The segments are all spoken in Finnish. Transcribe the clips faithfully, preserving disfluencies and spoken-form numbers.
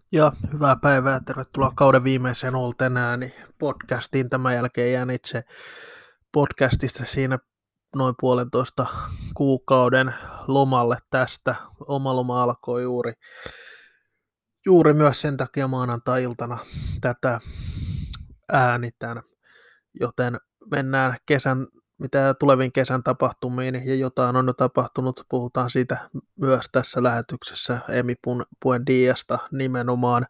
Ja hyvää päivää, tervetuloa kauden viimeiseen All tänään niin podcastiin. Tämän jälkeen jään itse podcastista siinä noin puolentoista kuukauden lomalle tästä. Oma loma alkoi juuri, juuri myös sen takia maanantai-iltana tätä äänitän, joten mennään kesän, mitä tuleviin kesän tapahtumiin ja jotain on jo tapahtunut. Puhutaan siitä myös tässä lähetyksessä Emi Buendiasta nimenomaan.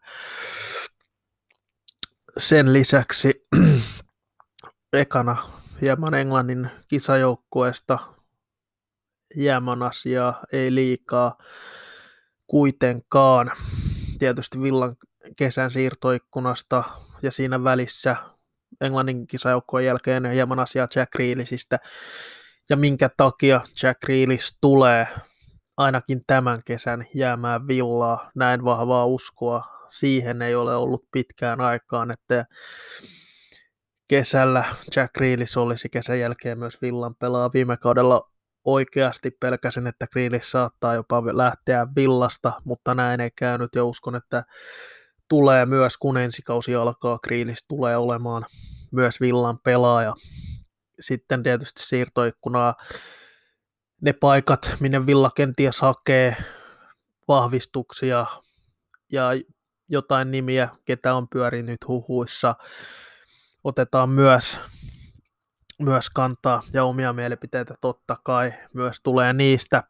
Sen lisäksi ekana hieman Englannin kisajoukkueesta, hieman asiaa, ei liikaa kuitenkaan. Tietysti Villan kesän siirtoikkunasta ja siinä välissä Englannin kisajoukkueen jälkeen hieman asiaa Jack Grealishistä ja minkä takia Jack Grealish tulee ainakin tämän kesän jäämään Villaa. Näin vahvaa uskoa siihen ei ole ollut pitkään aikaan, että kesällä Jack Grealish olisi kesän jälkeen myös Villan pelaa. Viime kaudella oikeasti pelkäsin, että Grealish saattaa jopa lähteä Villasta, mutta näin ei käynyt ja uskon, että tulee myös kun ensi kausi alkaa, Grealish tulee olemaan myös Villan pelaaja. Sitten tietysti siirtoikkunaa, ne paikat, minne Villa kenties hakee vahvistuksia ja jotain nimiä, ketä on pyörinyt huhuissa, otetaan myös, myös kantaa ja omia mielipiteitä totta kai myös tulee niistä.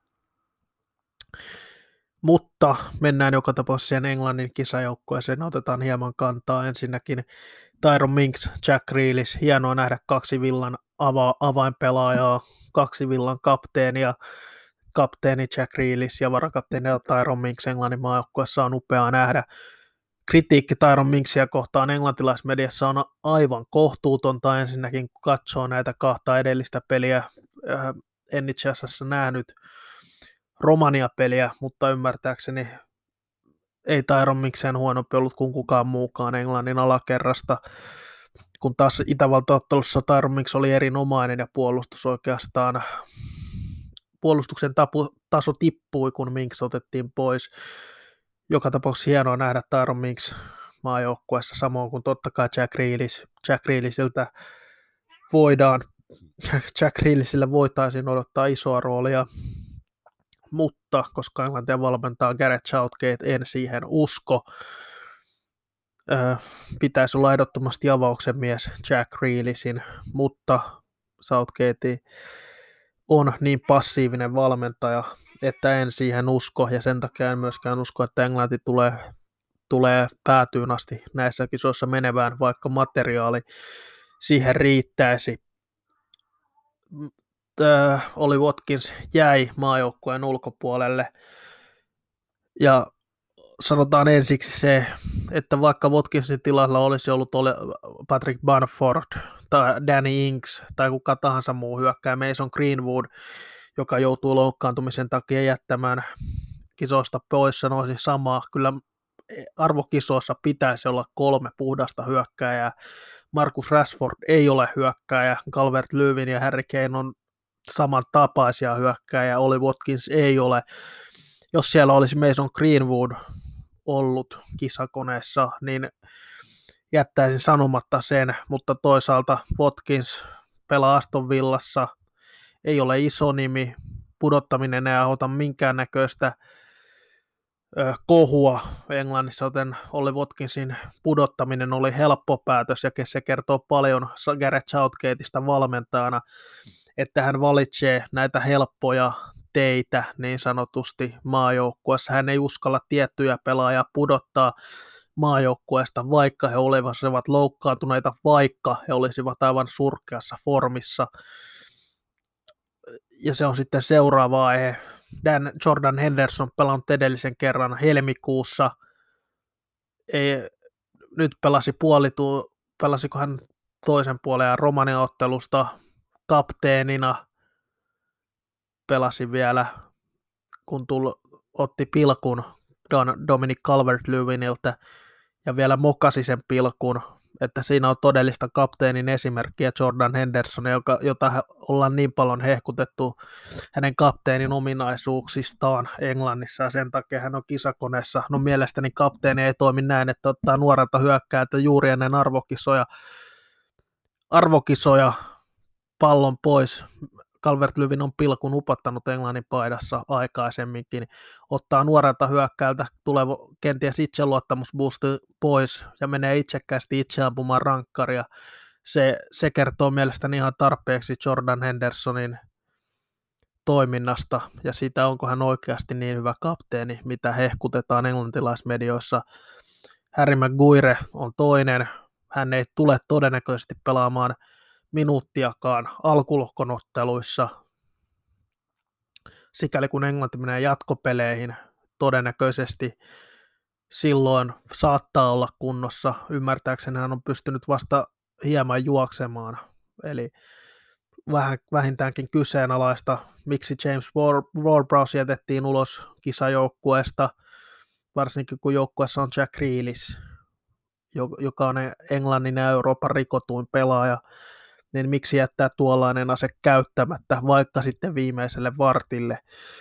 Mutta mennään joka tapauksessa siihen Englannin kisajoukkueeseen, otetaan hieman kantaa. Ensinnäkin Tyrone Mings, Jack Grealish, hienoa nähdä kaksi Villan ava- avainpelaajaa, kaksi Villan kapteenia, kapteeni Jack Grealish ja varakapteeni Tyrone Mings Englannin maajoukkueessa on upeaa nähdä. Kritiikki Tyrone Mingsia kohtaan englantilaismediassa on aivan kohtuutonta. Ensinnäkin kun katsoo näitä kahta edellistä peliä, en itse asiassa nähnyt Romania-peliä, mutta ymmärtääkseni ei Tyrone Mingsen huonompi ollut kuin kukaan muukaan Englannin alakerrasta, kun taas Itävalta-ottelussa Tyrone Mings oli erinomainen ja puolustus oikeastaan, puolustuksen tapu, taso tippui, kun Mings otettiin pois. Joka tapauksessa hienoa nähdä Tyrone Mings maajoukkueessa, samoin kuin totta kai Jack Grealish. Jack Grealishiltä voidaan, Jack Grealishille voitaisiin odottaa isoa roolia, mutta koska Englantia valmentaa Gareth Southgate, en siihen usko. Öö, pitäisi olla ehdottomasti avauksen mies Jack Grealishin, mutta Southgate on niin passiivinen valmentaja, että en siihen usko, ja sen takia en myöskään usko, että Englanti tulee, tulee päätyyn asti näissä kisoissa menevään, vaikka materiaali siihen riittäisi. Öö, Ollie Watkins jäi maajoukkueen ulkopuolelle, ja sanotaan ensiksi se, että vaikka Watkinsin tilalla olisi ollut Patrick Bamford tai Danny Ings tai kuka tahansa muu hyökkääjä, Mason Greenwood, joka joutuu loukkaantumisen takia jättämään kisoista pois, sanoisin samaa. Kyllä arvokisoissa pitäisi olla kolme puhdasta hyökkääjää. Marcus Rashford ei ole hyökkääjä, Calvert-Lewin ja Harry Kane on samantapaisia hyökkääjä, Ollie Watkins ei ole. Jos siellä olisi Mason Greenwood ollut kisakoneessa, niin jättäisin sanomatta sen, mutta toisaalta Watkins pelaa Aston Villassa, ei ole iso nimi, pudottaminen ei aiheuta minkäännäköistä ö, kohua Englannissa, joten Ollie Watkinsin pudottaminen oli helppo päätös, ja se kertoo paljon Gareth Southgateista valmentajana, että hän valitsee näitä helppoja teitä niin sanotusti maajoukkueessa. Hän ei uskalla tiettyjä pelaajia pudottaa maajoukkueesta, vaikka he olisivat loukkaantuneita, vaikka he olisivat aivan surkeassa formissa. Ja se on sitten seuraava aihe. Dan Jordan Henderson pelannut edellisen kerran helmikuussa. Ei, nyt pelasi puolitu, pelasiko hän toisen puolen Romania-ottelusta kapteenina. Pelasi vielä, kun tull, otti pilkun Don, Dominic Calvert-Lewiniltä ja vielä mokasi sen pilkun että siinä on todellista kapteenin esimerkkiä Jordan Henderson, joka, jota ollaan niin paljon hehkutettu hänen kapteenin ominaisuuksistaan Englannissa, ja sen takia hän on kisakoneessa. No mielestäni kapteeni ei toimi näin, että ottaa nuorelta hyökkäältä juuri ennen arvokisoja, arvokisoja pallon pois. Calvert-Lewin on pilkun upottanut Englannin paidassa aikaisemminkin, ottaa nuorelta hyökkäältä tuleva kenties itseluottamusboosti pois ja menee itsekkäästi itse ampumaan rankkaria. Se, se kertoo mielestäni ihan tarpeeksi Jordan Hendersonin toiminnasta ja siitä, onko hän oikeasti niin hyvä kapteeni, mitä hehkutetaan englantilaismedioissa. Harry Maguire on toinen, hän ei tule todennäköisesti pelaamaan minuuttiakaan alkulohkonotteluissa, sikäli kun Englanti menee jatkopeleihin, todennäköisesti silloin saattaa olla kunnossa. Ymmärtääkseni hän on pystynyt vasta hieman juoksemaan, eli vähän, vähintäänkin kyseenalaista, miksi James Ward-Prowse jätettiin ulos kisajoukkueesta, varsinkin kun joukkueessa on Jack Grealish, joka on Englannin ja Euroopan rikotuin pelaaja, niin miksi jättää tuollainen ase käyttämättä, vaikka sitten viimeiselle vartille.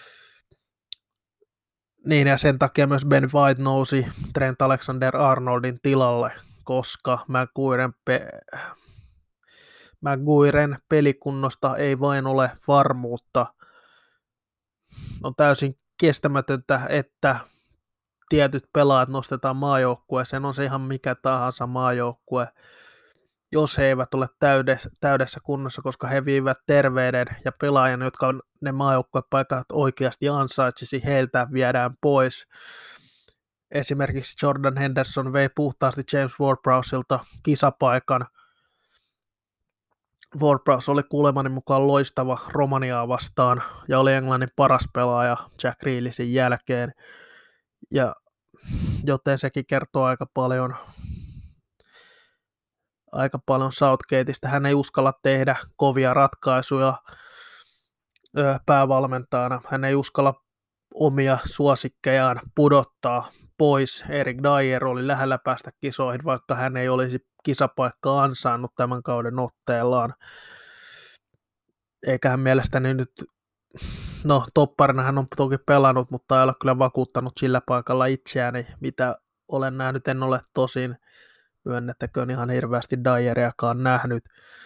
Niin, ja sen takia myös Ben White nousi Trent Alexander-Arnoldin tilalle, koska Maguiren, pe- Maguiren pelikunnosta ei vain ole varmuutta. On täysin kestämätöntä, että tietyt pelaajat nostetaan maajoukkueeseen, on se ihan mikä tahansa maajoukkue, jos he eivät ole täydessä, täydessä kunnossa, koska he viivät terveyden ja pelaajan, jotka ne maajoukkuepaikat oikeasti ansaitsisi, heiltä viedään pois. Esimerkiksi Jordan Henderson vei puhtaasti James Ward-Prowselta kisapaikan. Ward-Prowse oli kuulemani mukaan loistava Romaniaa vastaan ja oli Englannin paras pelaaja Jack Grealishin jälkeen, ja joten sekin kertoo aika paljon aika paljon Southgateista. Hän ei uskalla tehdä kovia ratkaisuja päävalmentajana. Hän ei uskalla omia suosikkejaan pudottaa pois. Eric Dier oli lähellä päästä kisoihin, vaikka hän ei olisi kisapaikkaa ansainnut tämän kauden otteellaan. Eikä hän mielestäni nyt, no topparina hän on toki pelannut, mutta ei ole kyllä vakuuttanut sillä paikalla itseäni, mitä olen nähnyt. En ole tosin, myönnettäköön, ihan hirveästi Dieriakaan nähnyt.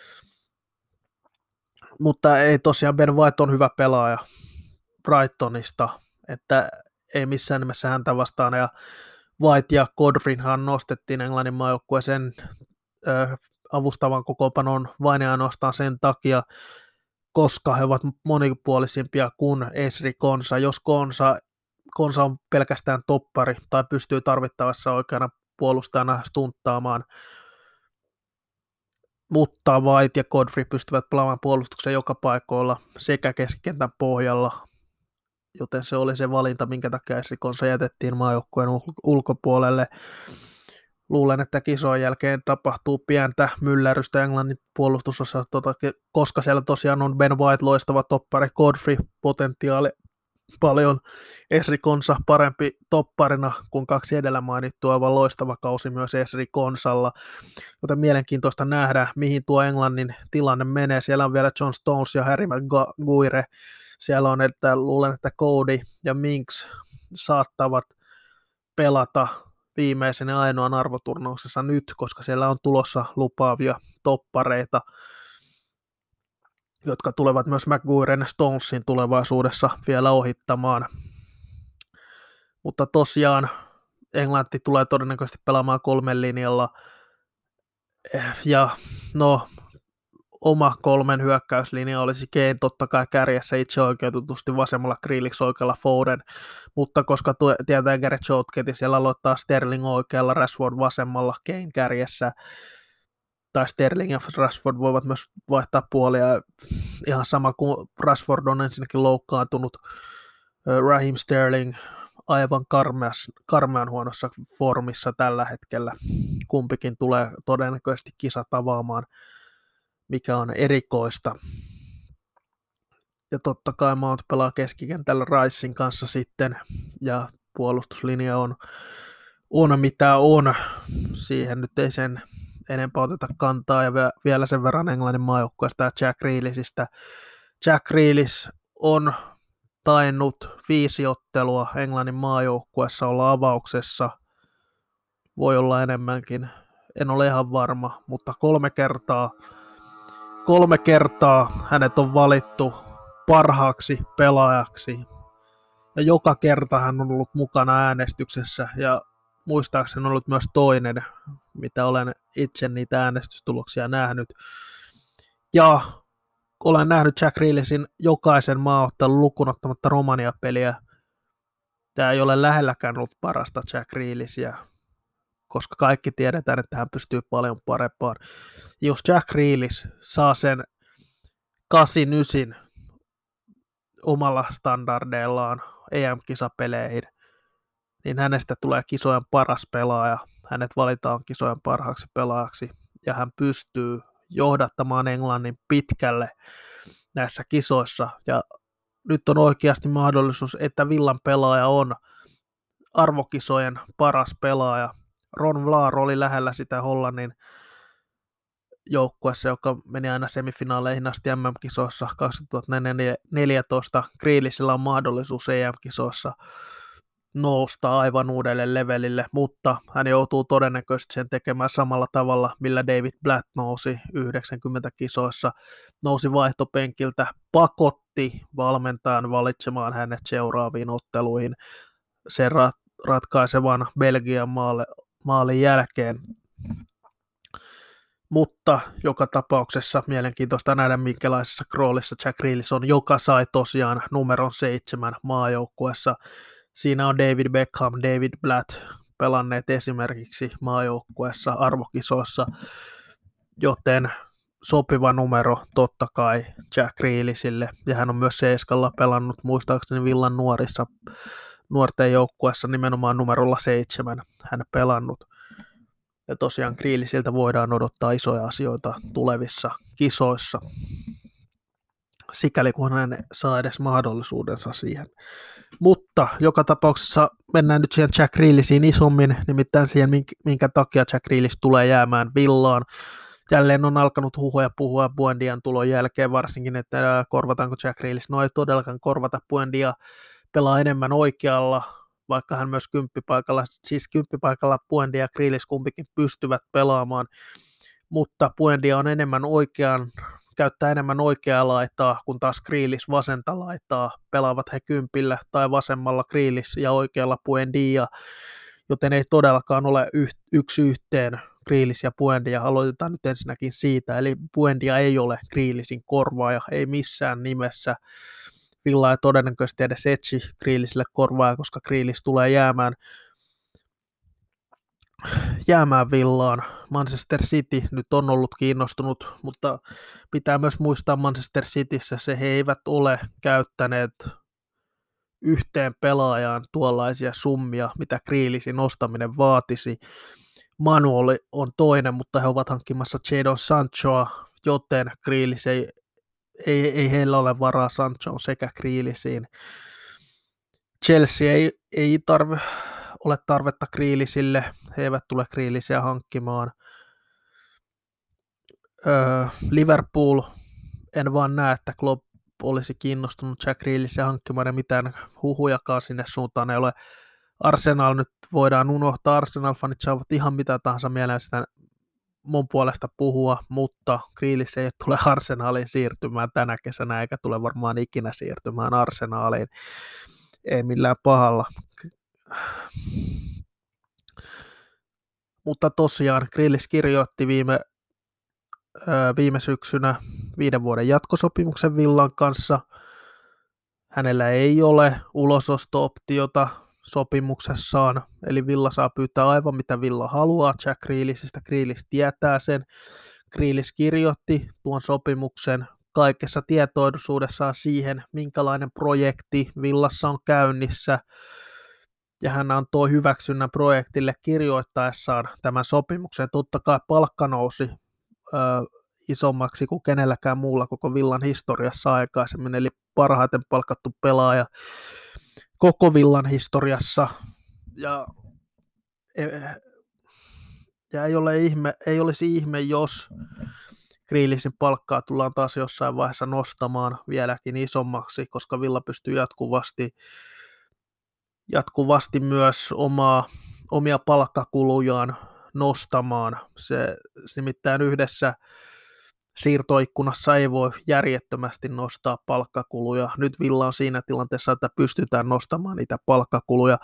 Mutta ei tosiaan, Ben White on hyvä pelaaja Brightonista, että ei missään nimessä häntä vastaan, ja White ja Godfreyhan nostettiin Englannin maajoukkueeseen äh, avustavan kokoonpanon vain ja ainoastaan sen takia, koska he ovat monipuolisimpia kuin Ezri Konsa. Jos Konsa, Konsa on pelkästään toppari tai pystyy tarvittavassa oikeana puolustajana stunttaamaan, mutta White ja Godfrey pystyvät pelaamaan puolustuksen joka paikoilla sekä keskikentän pohjalla, joten se oli se valinta, minkä takia Ezri Konsa jätettiin maajoukkueen ulkopuolelle. Luulen, että kisojen jälkeen tapahtuu pientä myllerrystä Englannin puolustusosassa, koska siellä tosiaan on Ben White loistava toppari, Godfrey potentiaali paljon, Ezri Konsa parempi topparina kuin kaksi edellä mainittua, vaan loistava kausi myös Ezri Konsalla, joten mielenkiintoista nähdä, mihin tuo Englannin tilanne menee. Siellä on vielä John Stones ja Harry Maguire, siellä on, että luulen, että Cody ja Minks saattavat pelata viimeisen ja ainoan arvoturnauksessa nyt, koska siellä on tulossa lupaavia toppareita, jotka tulevat myös Maguiren ja Stonesin tulevaisuudessa vielä ohittamaan. Mutta tosiaan Englanti tulee todennäköisesti pelaamaan kolmen linjalla, ja no oma kolmen hyökkäyslinja olisi Kane totta kai kärjessä itse oikeutetusti vasemmalla, Grealish oikealla, Foden, mutta koska tietää Gareth Southgate, siellä aloittaa Sterling oikealla, Rashford vasemmalla, Kane kärjessä, tai Sterling ja Rashford voivat myös vaihtaa puolia, ihan sama kuin Rashford on ensinnäkin loukkaantunut, Raheem Sterling aivan karmeas, karmean huonossa formissa tällä hetkellä, kumpikin tulee todennäköisesti kisat avaamaan, mikä on erikoista. Ja totta kai Mount pelaa keskikentällä Ricein kanssa sitten, ja puolustuslinja on, on mitä on. Siihen nyt ei sen enempää oteta kantaa, ja vielä sen verran Englannin maajoukkueesta ja Jack Grealishistä. Jack Grealish on tainnut viisi ottelua Englannin maajoukkueessa olla avauksessa, voi olla enemmänkin, en ole ihan varma, mutta kolme kertaa, kolme kertaa hänet on valittu parhaaksi pelaajaksi, ja joka kerta hän on ollut mukana äänestyksessä, ja muistaakseni on ollut myös toinen, mitä olen itse niitä äänestystuloksia nähnyt, ja olen nähnyt Jack Grealishin jokaisen maaottelun lukunottamatta Romania-peliä. Tämä ei ole lähelläkään ollut parasta Jack Grealishia, koska kaikki tiedetään, että hän pystyy paljon parempaan. Jos Jack Grealish saa sen kahdeksan yhdeksän omalla standardeillaan E M-kisapeleihin, niin hänestä tulee kisojen paras pelaaja. Hänet valitaan kisojen parhaaksi pelaajaksi, ja hän pystyy johdattamaan Englannin pitkälle näissä kisoissa, ja nyt on oikeasti mahdollisuus, että Villan pelaaja on arvokisojen paras pelaaja. Ron Vlaar oli lähellä sitä Hollannin joukkueessa, joka meni aina semifinaaleihin asti M M-kisoissa kaksituhattaneljätoista. Grealishilla on mahdollisuus E M-kisoissa nousta aivan uudelle levelille, mutta hän joutuu todennäköisesti sen tekemään samalla tavalla, millä David Blatt nousi yhdeksänkymmentä kisoissa, nousi vaihtopenkiltä, pakotti valmentajan valitsemaan hänet seuraaviin otteluihin sen rat- ratkaisevan Belgian maalle, maalin jälkeen. Mutta joka tapauksessa mielenkiintoista nähdä, minkälaisessa roolissa Jack Grealish on, joka sai tosiaan numeron seitsemän maajoukkueessa. Siinä on David Beckham, David Blatt pelanneet esimerkiksi maajoukkueessa arvokisoissa, joten sopiva numero totta kai Jack Grealishille, ja hän on myös seiskalla pelannut muistaakseni Villan nuorissa nuorten joukkueessa nimenomaan numerolla seitsemän hän pelannut. Ja tosiaan Grealishiltä voidaan odottaa isoja asioita tulevissa kisoissa, sikäli kun hän saa edes mahdollisuudensa siihen. Mutta joka tapauksessa mennään nyt siihen Jack Grealishiin isommin, nimittäin siihen, minkä takia Jack Grealish tulee jäämään Villaan. Jälleen on alkanut huhuja puhua Buendian tulon jälkeen varsinkin, että korvataanko Jack Grealish. No ei todellakaan korvata, Buendia pelaa enemmän oikealla, vaikka hän myös kymppipaikalla, siis kymppipaikalla Buendia ja Grealish kumpikin pystyvät pelaamaan, mutta Buendia on enemmän oikean, käyttää enemmän oikeaa laitaa, kun taas Grealish vasenta laitaa, pelaavat he kympillä tai vasemmalla Grealish ja oikealla Buendia, joten ei todellakaan ole yksi yhteen Grealish ja Buendia. Aloitetaan nyt ensinnäkin siitä, eli Buendia ei ole Grealishin korvaaja, ei missään nimessä. Villa ei todennäköisesti edes etsi Grealishille korvaaja, koska Grealish tulee jäämään, jäämään Villaan. Manchester City nyt on ollut kiinnostunut, mutta pitää myös muistaa Manchester Cityssä se, he eivät ole käyttäneet yhteen pelaajaan tuollaisia summia, mitä Grealishin nostaminen vaatisi. Manuoli on toinen, mutta he ovat hankkimassa Jadon Sanchoa, joten Grealish ei Ei, ei heillä ole varaa Sanchoon sekä Grealishiin. Chelsea ei, ei tarve, ole tarvetta Grealishille, he eivät tule Grealishia hankkimaan. Öö, Liverpool, en vaan näe, että Klopp olisi kiinnostunut Jack Grealishia hankkimaan, ja mitään huhujakaan sinne suuntaan ei ole. Arsenal nyt voidaan unohtaa, Arsenal-fanit saavat ihan mitä tahansa mieleen sitä mun puolesta puhua, mutta Grealish ei tule Arsenaliin siirtymään tänä kesänä, eikä tule varmaan ikinä siirtymään Arsenaliin, ei millään pahalla. Mutta tosiaan Grealish kirjoitti viime, viime syksynä viiden vuoden jatkosopimuksen Villan kanssa. Hänellä ei ole ulososto-optiota sopimuksessaan, eli Villa saa pyytää aivan mitä Villa haluaa Jack Grealishista. Grealish tietää sen. Grealish kirjoitti tuon sopimuksen kaikessa tietoisuudessaan siihen, minkälainen projekti Villassa on käynnissä, ja hän antoi hyväksynnän projektille kirjoittaessaan tämän sopimuksen. Totta kai palkka nousi ö, isommaksi kuin kenelläkään muulla koko Villan historiassa aikaisemmin, eli parhaiten palkattu pelaaja koko Villan historiassa, ja Ja ei, ole ihme, ei olisi ihme, jos Grealishin palkkaa tullaan taas jossain vaiheessa nostamaan vieläkin isommaksi, koska Villa pystyy jatkuvasti, jatkuvasti myös omaa, omia palkkakulujaan nostamaan. Se, se nimittäin yhdessä siirtoikkunassa ei voi järjettömästi nostaa palkkakuluja. Nyt Villa on siinä tilanteessa, että pystytään nostamaan niitä palkkakuluja.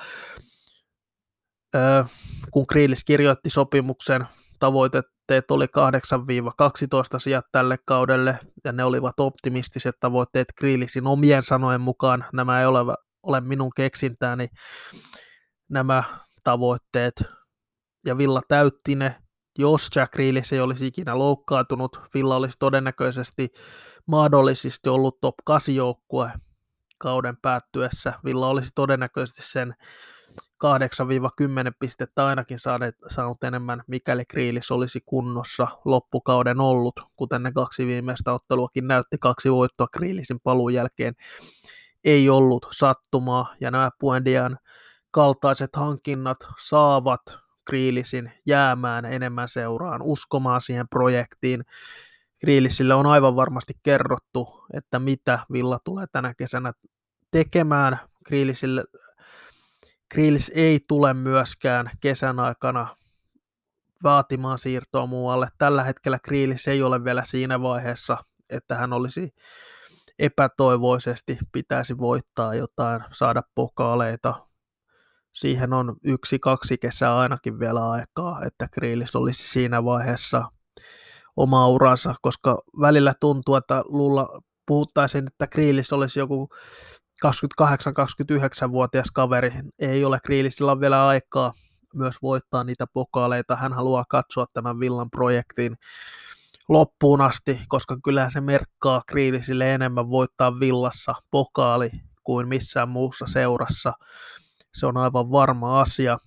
Öö, kun Grealish kirjoitti sopimuksen, tavoitteet oli kahdeksan kaksitoista sijat tälle kaudelle, ja ne olivat optimistiset tavoitteet Grealishin omien sanojen mukaan. Nämä ei ole, ole minun keksintääni, nämä tavoitteet, ja Villa täytti ne. Jos Jack Grealish ei olisi ikinä loukkaantunut, Villa olisi todennäköisesti mahdollisesti ollut top kahdeksan joukkue kauden päättyessä. Villa olisi todennäköisesti sen kahdeksan kymmenen pistettä ainakin saanut enemmän, mikäli Grealish olisi kunnossa loppukauden ollut, kuten ne kaksi viimeistä otteluakin näytti, kaksi voittoa Grealishin paluun jälkeen. Ei ollut sattumaa, ja nämä Buendian kaltaiset hankinnat saavat Grealishin jäämään enemmän seuraan, uskomaan siihen projektiin. Grealishille on aivan varmasti kerrottu, että mitä Villa tulee tänä kesänä tekemään. Grealishille Grealish ei tule myöskään kesän aikana vaatimaan siirtoa muualle. Tällä hetkellä Grealish ei ole vielä siinä vaiheessa, että hän olisi epätoivoisesti pitäisi voittaa jotain, saada pokaaleita. Siihen on yksi, kaksi kesää ainakin vielä aikaa, että Grealish olisi siinä vaiheessa oma uransa, koska välillä tuntuu, että luulla, puhuttaisiin, että Grealish olisi joku kaksikymmentäkahdeksan kaksikymmentäyhdeksän-vuotias kaveri. Ei ole, Grealishilla on vielä aikaa myös voittaa niitä pokaaleita. Hän haluaa katsoa tämän Villan projektin loppuun asti, koska kyllähän se merkkaa Grealishille enemmän voittaa Villassa pokaali kuin missään muussa seurassa. Se on aivan varma asia.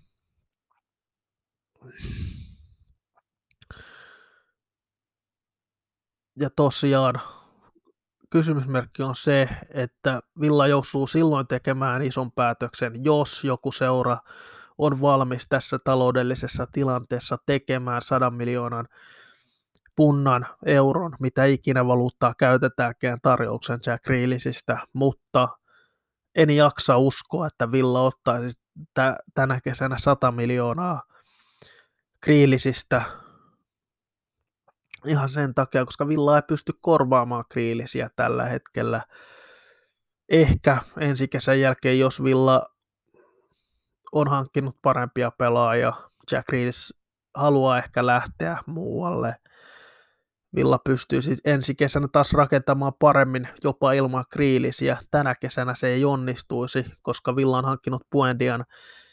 Ja tosiaan kysymysmerkki on se, että Villa joutuu silloin tekemään ison päätöksen, jos joku seura on valmis tässä taloudellisessa tilanteessa tekemään sadan miljoonan punnan, euron, mitä ikinä valuuttaa käytetäänkään tarjouksen Jack Grealishistä, mutta en jaksa uskoa, että Villa ottaisi t- tänä kesänä sata miljoonaa Grealishistä ihan sen takia, koska Villa ei pysty korvaamaan Grealishia tällä hetkellä. Ehkä ensi kesän jälkeen, jos Villa on hankkinut parempia pelaajia, Jack Grealish haluaa ehkä lähteä muualle. Villa pystyy siis ensi kesänä taas rakentamaan paremmin jopa ilman Grealishia. Tänä kesänä se ei onnistuisi, koska Villa on hankkinut Buendian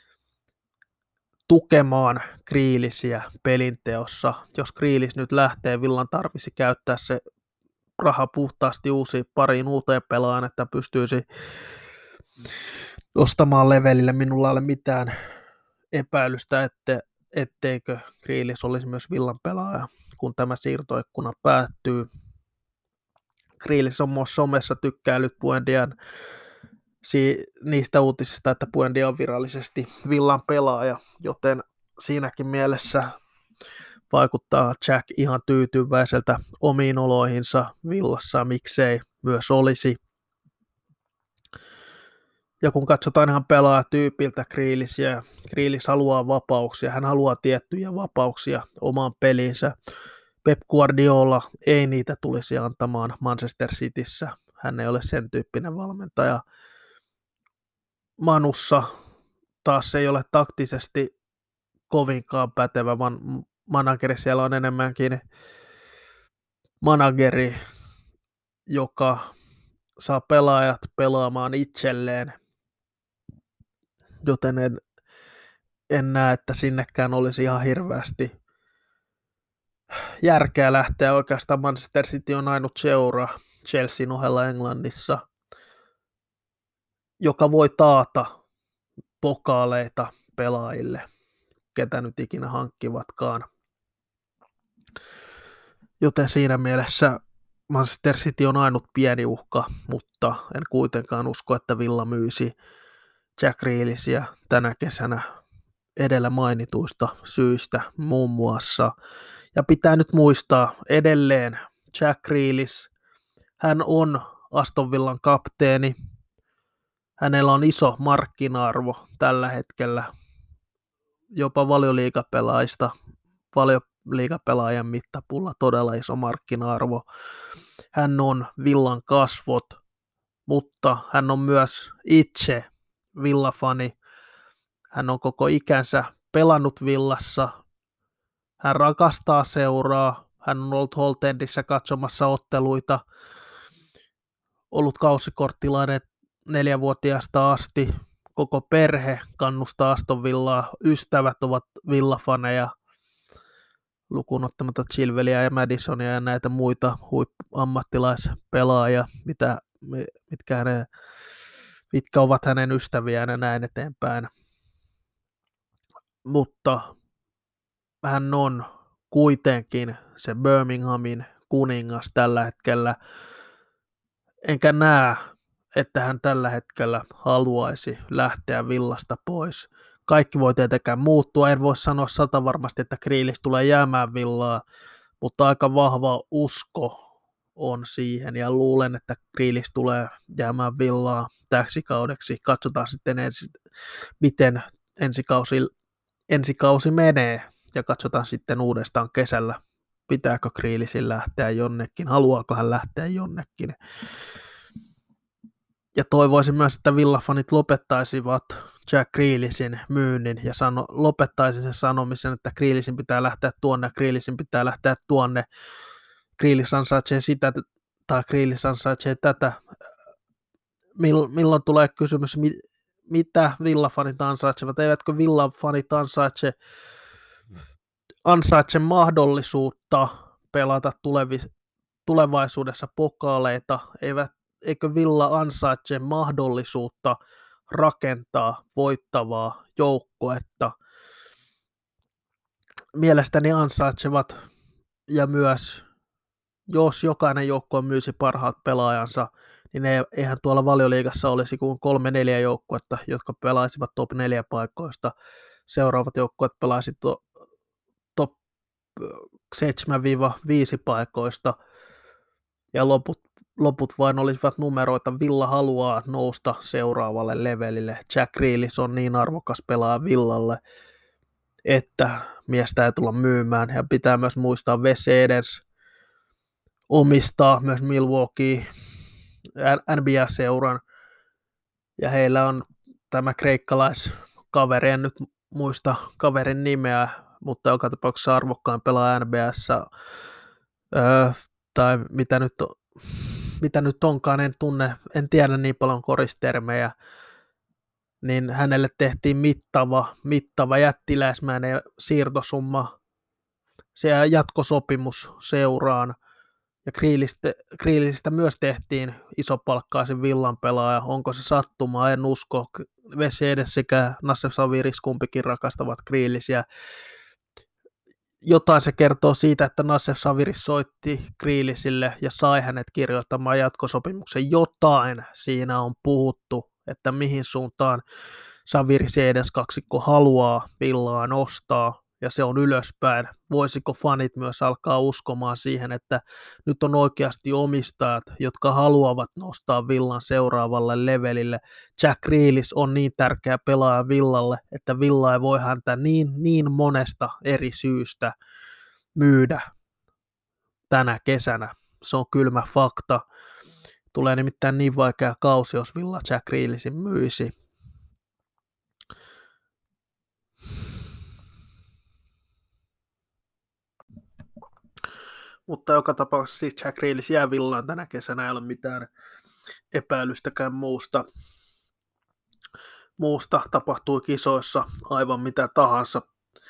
tukemaan Grealishia pelinteossa. Jos Grealish nyt lähtee, Villan tarvitsisi käyttää se raha puhtaasti uusiin pariin uuteen pelaajaan, että pystyisi nostamaan levelille. Minulla ei ole mitään epäilystä, ette, etteikö Grealish olisi myös Villan pelaaja, kun tämä siirtoikkuna päättyy. Grealish on myös somessa tykkäillyt Buendian si- niistä uutisista, että Buendia on virallisesti Villan pelaaja, joten siinäkin mielessä vaikuttaa Jack ihan tyytyväiseltä omiin oloihinsa Villassa, miksei myös olisi. Ja kun katsotaan ihan pelaajatyypiltä Grealishia, Grealish haluaa vapauksia, hän haluaa tiettyjä vapauksia omaan pelinsä. Pep Guardiola ei niitä tulisi antamaan Manchester Cityssä, hän ei ole sen tyyppinen valmentaja. Manussa taas ei ole taktisesti kovinkaan pätevä, vaan manageri siellä on enemmänkin manageri, joka saa pelaajat pelaamaan itselleen, joten en, en näe, että sinnekään olisi ihan hirveästi järkeä lähteä. Oikeastaan Manchester City on ainut seura Chelsean ohella Englannissa, joka voi taata pokaaleita pelaajille, ketä nyt ikinä hankkivatkaan. Joten siinä mielessä Manchester City on ainut pieni uhka, mutta en kuitenkaan usko, että Villa myisi Jack Grealishia tänä kesänä edellä mainituista syistä muun muassa. Ja pitää nyt muistaa edelleen Jack Grealish, hän on Aston Villan kapteeni, hänellä on iso markkina-arvo tällä hetkellä, jopa valioliigapelaajista, valioliigapelaajan mittapulla todella iso markkina-arvo. Hän on Villan kasvot, mutta hän on myös itse Villa-fani. Hän on koko ikänsä pelannut Villassa, hän rakastaa seuraa, hän on ollut Holt Endissä katsomassa otteluita, ollut kausikorttilainen neljävuotiaasta asti, koko perhe kannustaa Aston Villaa, ystävät ovat Villa-faneja, lukuun ottamatta Chilwellia ja Madisonia ja näitä muita huippuammattilaispelaajia, mitä, mitkä, hänen, mitkä ovat hänen ystäviään ja näin eteenpäin. Mutta hän on kuitenkin se Birminghamin kuningas tällä hetkellä, enkä näe, että hän tällä hetkellä haluaisi lähteä Villasta pois. Kaikki voi tietenkään muuttua, en voi sanoa sata varmasti, että Grealish tulee jäämään Villaan, mutta aika vahva usko on siihen, ja luulen, että Grealish tulee jäämään Villaan täksi kaudeksi. Katsotaan sitten ensi, miten ensi kausi, ensi kausi menee, ja katsotaan sitten uudestaan kesällä, pitääkö Grealishin lähteä jonnekin, haluaako hän lähteä jonnekin. Ja toivoisin myös, että Villa-fanit lopettaisivat Jack Grealishin myynnin ja sano, lopettaisi sen sanomisen, että Grealishin pitää lähteä tuonne, Grealishin pitää lähteä tuonne, Grealish ansaitsee sitä tai Grealish ansaitsee tätä. Milloin tulee kysymys, mitä Villa-fanit ansaitsevat? Eivätkö Villa-fanit ansaitse, ansaitse mahdollisuutta pelata tulevi, tulevaisuudessa pokaaleita? Eivät Eikö Villa ansaitse mahdollisuutta rakentaa voittavaa joukkuetta? Mielestäni ansaitsevat, ja myös jos jokainen joukkue myisi parhaat pelaajansa, niin eihän tuolla Valioliigassa olisi kuin kolme neljä joukkuetta, jotka pelaisivat top neljä paikoista. Seuraavat joukkueet pelaisivat to, top seitsemän viisi paikoista, ja loput Loput vain olisivat numeroita. Villa haluaa nousta seuraavalle levelille. Jack Grealish on niin arvokas pelaaja Villalle, että miestä ei tulla myymään. Ja pitää myös muistaa, Wes Edens omistaa myös Milwaukee N B A-seuran. Ja heillä on tämä kreikkalaiskaveri, en nyt muista kaverin nimeä, mutta joka tapauksessa arvokkaan pelaaja N B A:ssa. Öö, tai mitä nyt on. mitä nyt onkaan, en tunne, en tiedä niin paljon koristermejä, niin hänelle tehtiin mittava, mittava jättiläismäinen siirtosumma, se jatkosopimus seuraan, ja Grealishistä myös tehtiin isopalkkaisen Villan pelaaja, onko se sattumaa, en usko, Wes Edens sekä Nassef Saviris kumpikin rakastavat Grealishia. Jotain se kertoo siitä, että Nassef Saviris soitti Grealishille ja sai hänet kirjoittamaan jatkosopimuksen. Jotain siinä on puhuttu, että mihin suuntaan Saviris ja Edens kaksikko haluaa Villaa nostaa, ja se on ylöspäin. Voisiko fanit myös alkaa uskomaan siihen, että nyt on oikeasti omistajat, jotka haluavat nostaa Villan seuraavalle levelille. Jack Grealish on niin tärkeä pelaaja Villalle, että Villa ei voi häntä niin, niin monesta eri syystä myydä tänä kesänä. Se on kylmä fakta. Tulee nimittäin niin vaikea kausi, jos Villa Jack Grealishin myisi. Mutta joka tapauksessa siis Jack Grealish jää Villaan tänä kesänä, ei ole mitään epäilystäkään muusta. Muusta tapahtui kisoissa aivan mitä tahansa.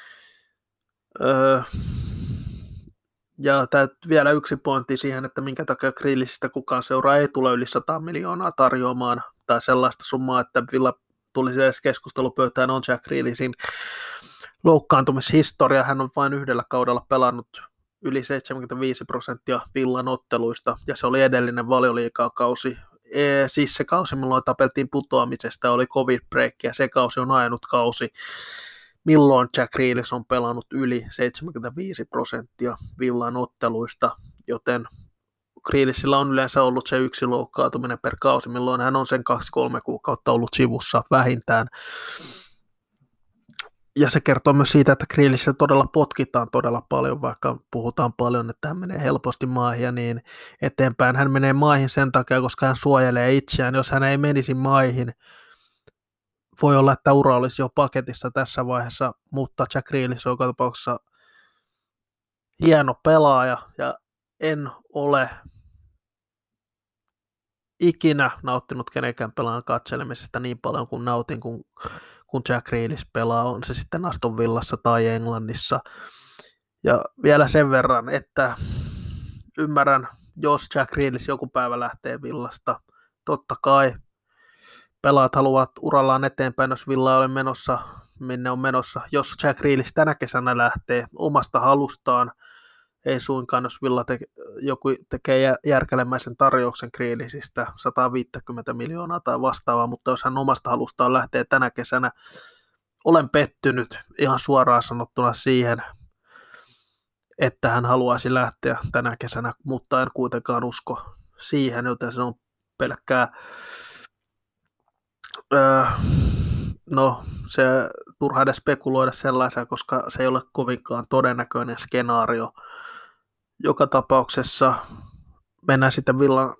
Öö, ja täytyy vielä yksi pointti siihen, että minkä takia Grealishistä kukaan seuraa ei tule yli sata miljoonaa tarjoamaan, tai sellaista summaa, että Villa tulisi edes keskustelupöytään, on Jack Grealishin loukkaantumishistoria. Hän on vain yhdellä kaudella pelannut yli seitsemänkymmentäviisi prosenttia Villan otteluista, ja se oli edellinen Valioliigakausi. E, siis se kausi, milloin tapeltiin putoamisesta, oli covid break, ja se kausi on ainut kausi, milloin Jack Grealish on pelannut yli seitsemänkymmentäviisi prosenttia Villan otteluista, joten Grealishilla on yleensä ollut se yksi loukkaantuminen per kausi, milloin hän on sen kaksi kolme kuukautta ollut sivussa vähintään. Ja se kertoo myös siitä, että Grealishilla todella potkitaan todella paljon, vaikka puhutaan paljon, että hän menee helposti maihin ja niin eteenpäin. Hän menee maihin sen takia, koska hän suojelee itseään. Jos hän ei menisi maihin, voi olla, että ura olisi jo paketissa tässä vaiheessa, mutta Jack Grealish on joka tapauksessa hieno pelaaja ja en ole ikinä nauttinut kenenkään pelaajan katselemisesta niin paljon kuin nautin, kun, kun Jack Grealish pelaa, on se sitten Aston Villassa tai Englannissa. Ja vielä sen verran, että ymmärrän, jos Jack Grealish joku päivä lähtee Villasta, totta kai pelaat haluavat urallaan eteenpäin, jos Villa ei ole menossa, minne on menossa. Jos Jack Grealish tänä kesänä lähtee omasta halustaan, ei suinkaan, jos Villa te- joku tekee järkelemäisen tarjouksen Grealishistä sata viisikymmentä miljoonaa tai vastaavaa, mutta jos hän omasta halustaan lähtee tänä kesänä, olen pettynyt ihan suoraan sanottuna siihen, että hän haluaisi lähteä tänä kesänä, mutta en kuitenkaan usko siihen, joten se on pelkkää, öö, no se turha edes spekuloida sellaisia, koska se ei ole kovinkaan todennäköinen skenaario. Joka tapauksessa mennään sitten Villan,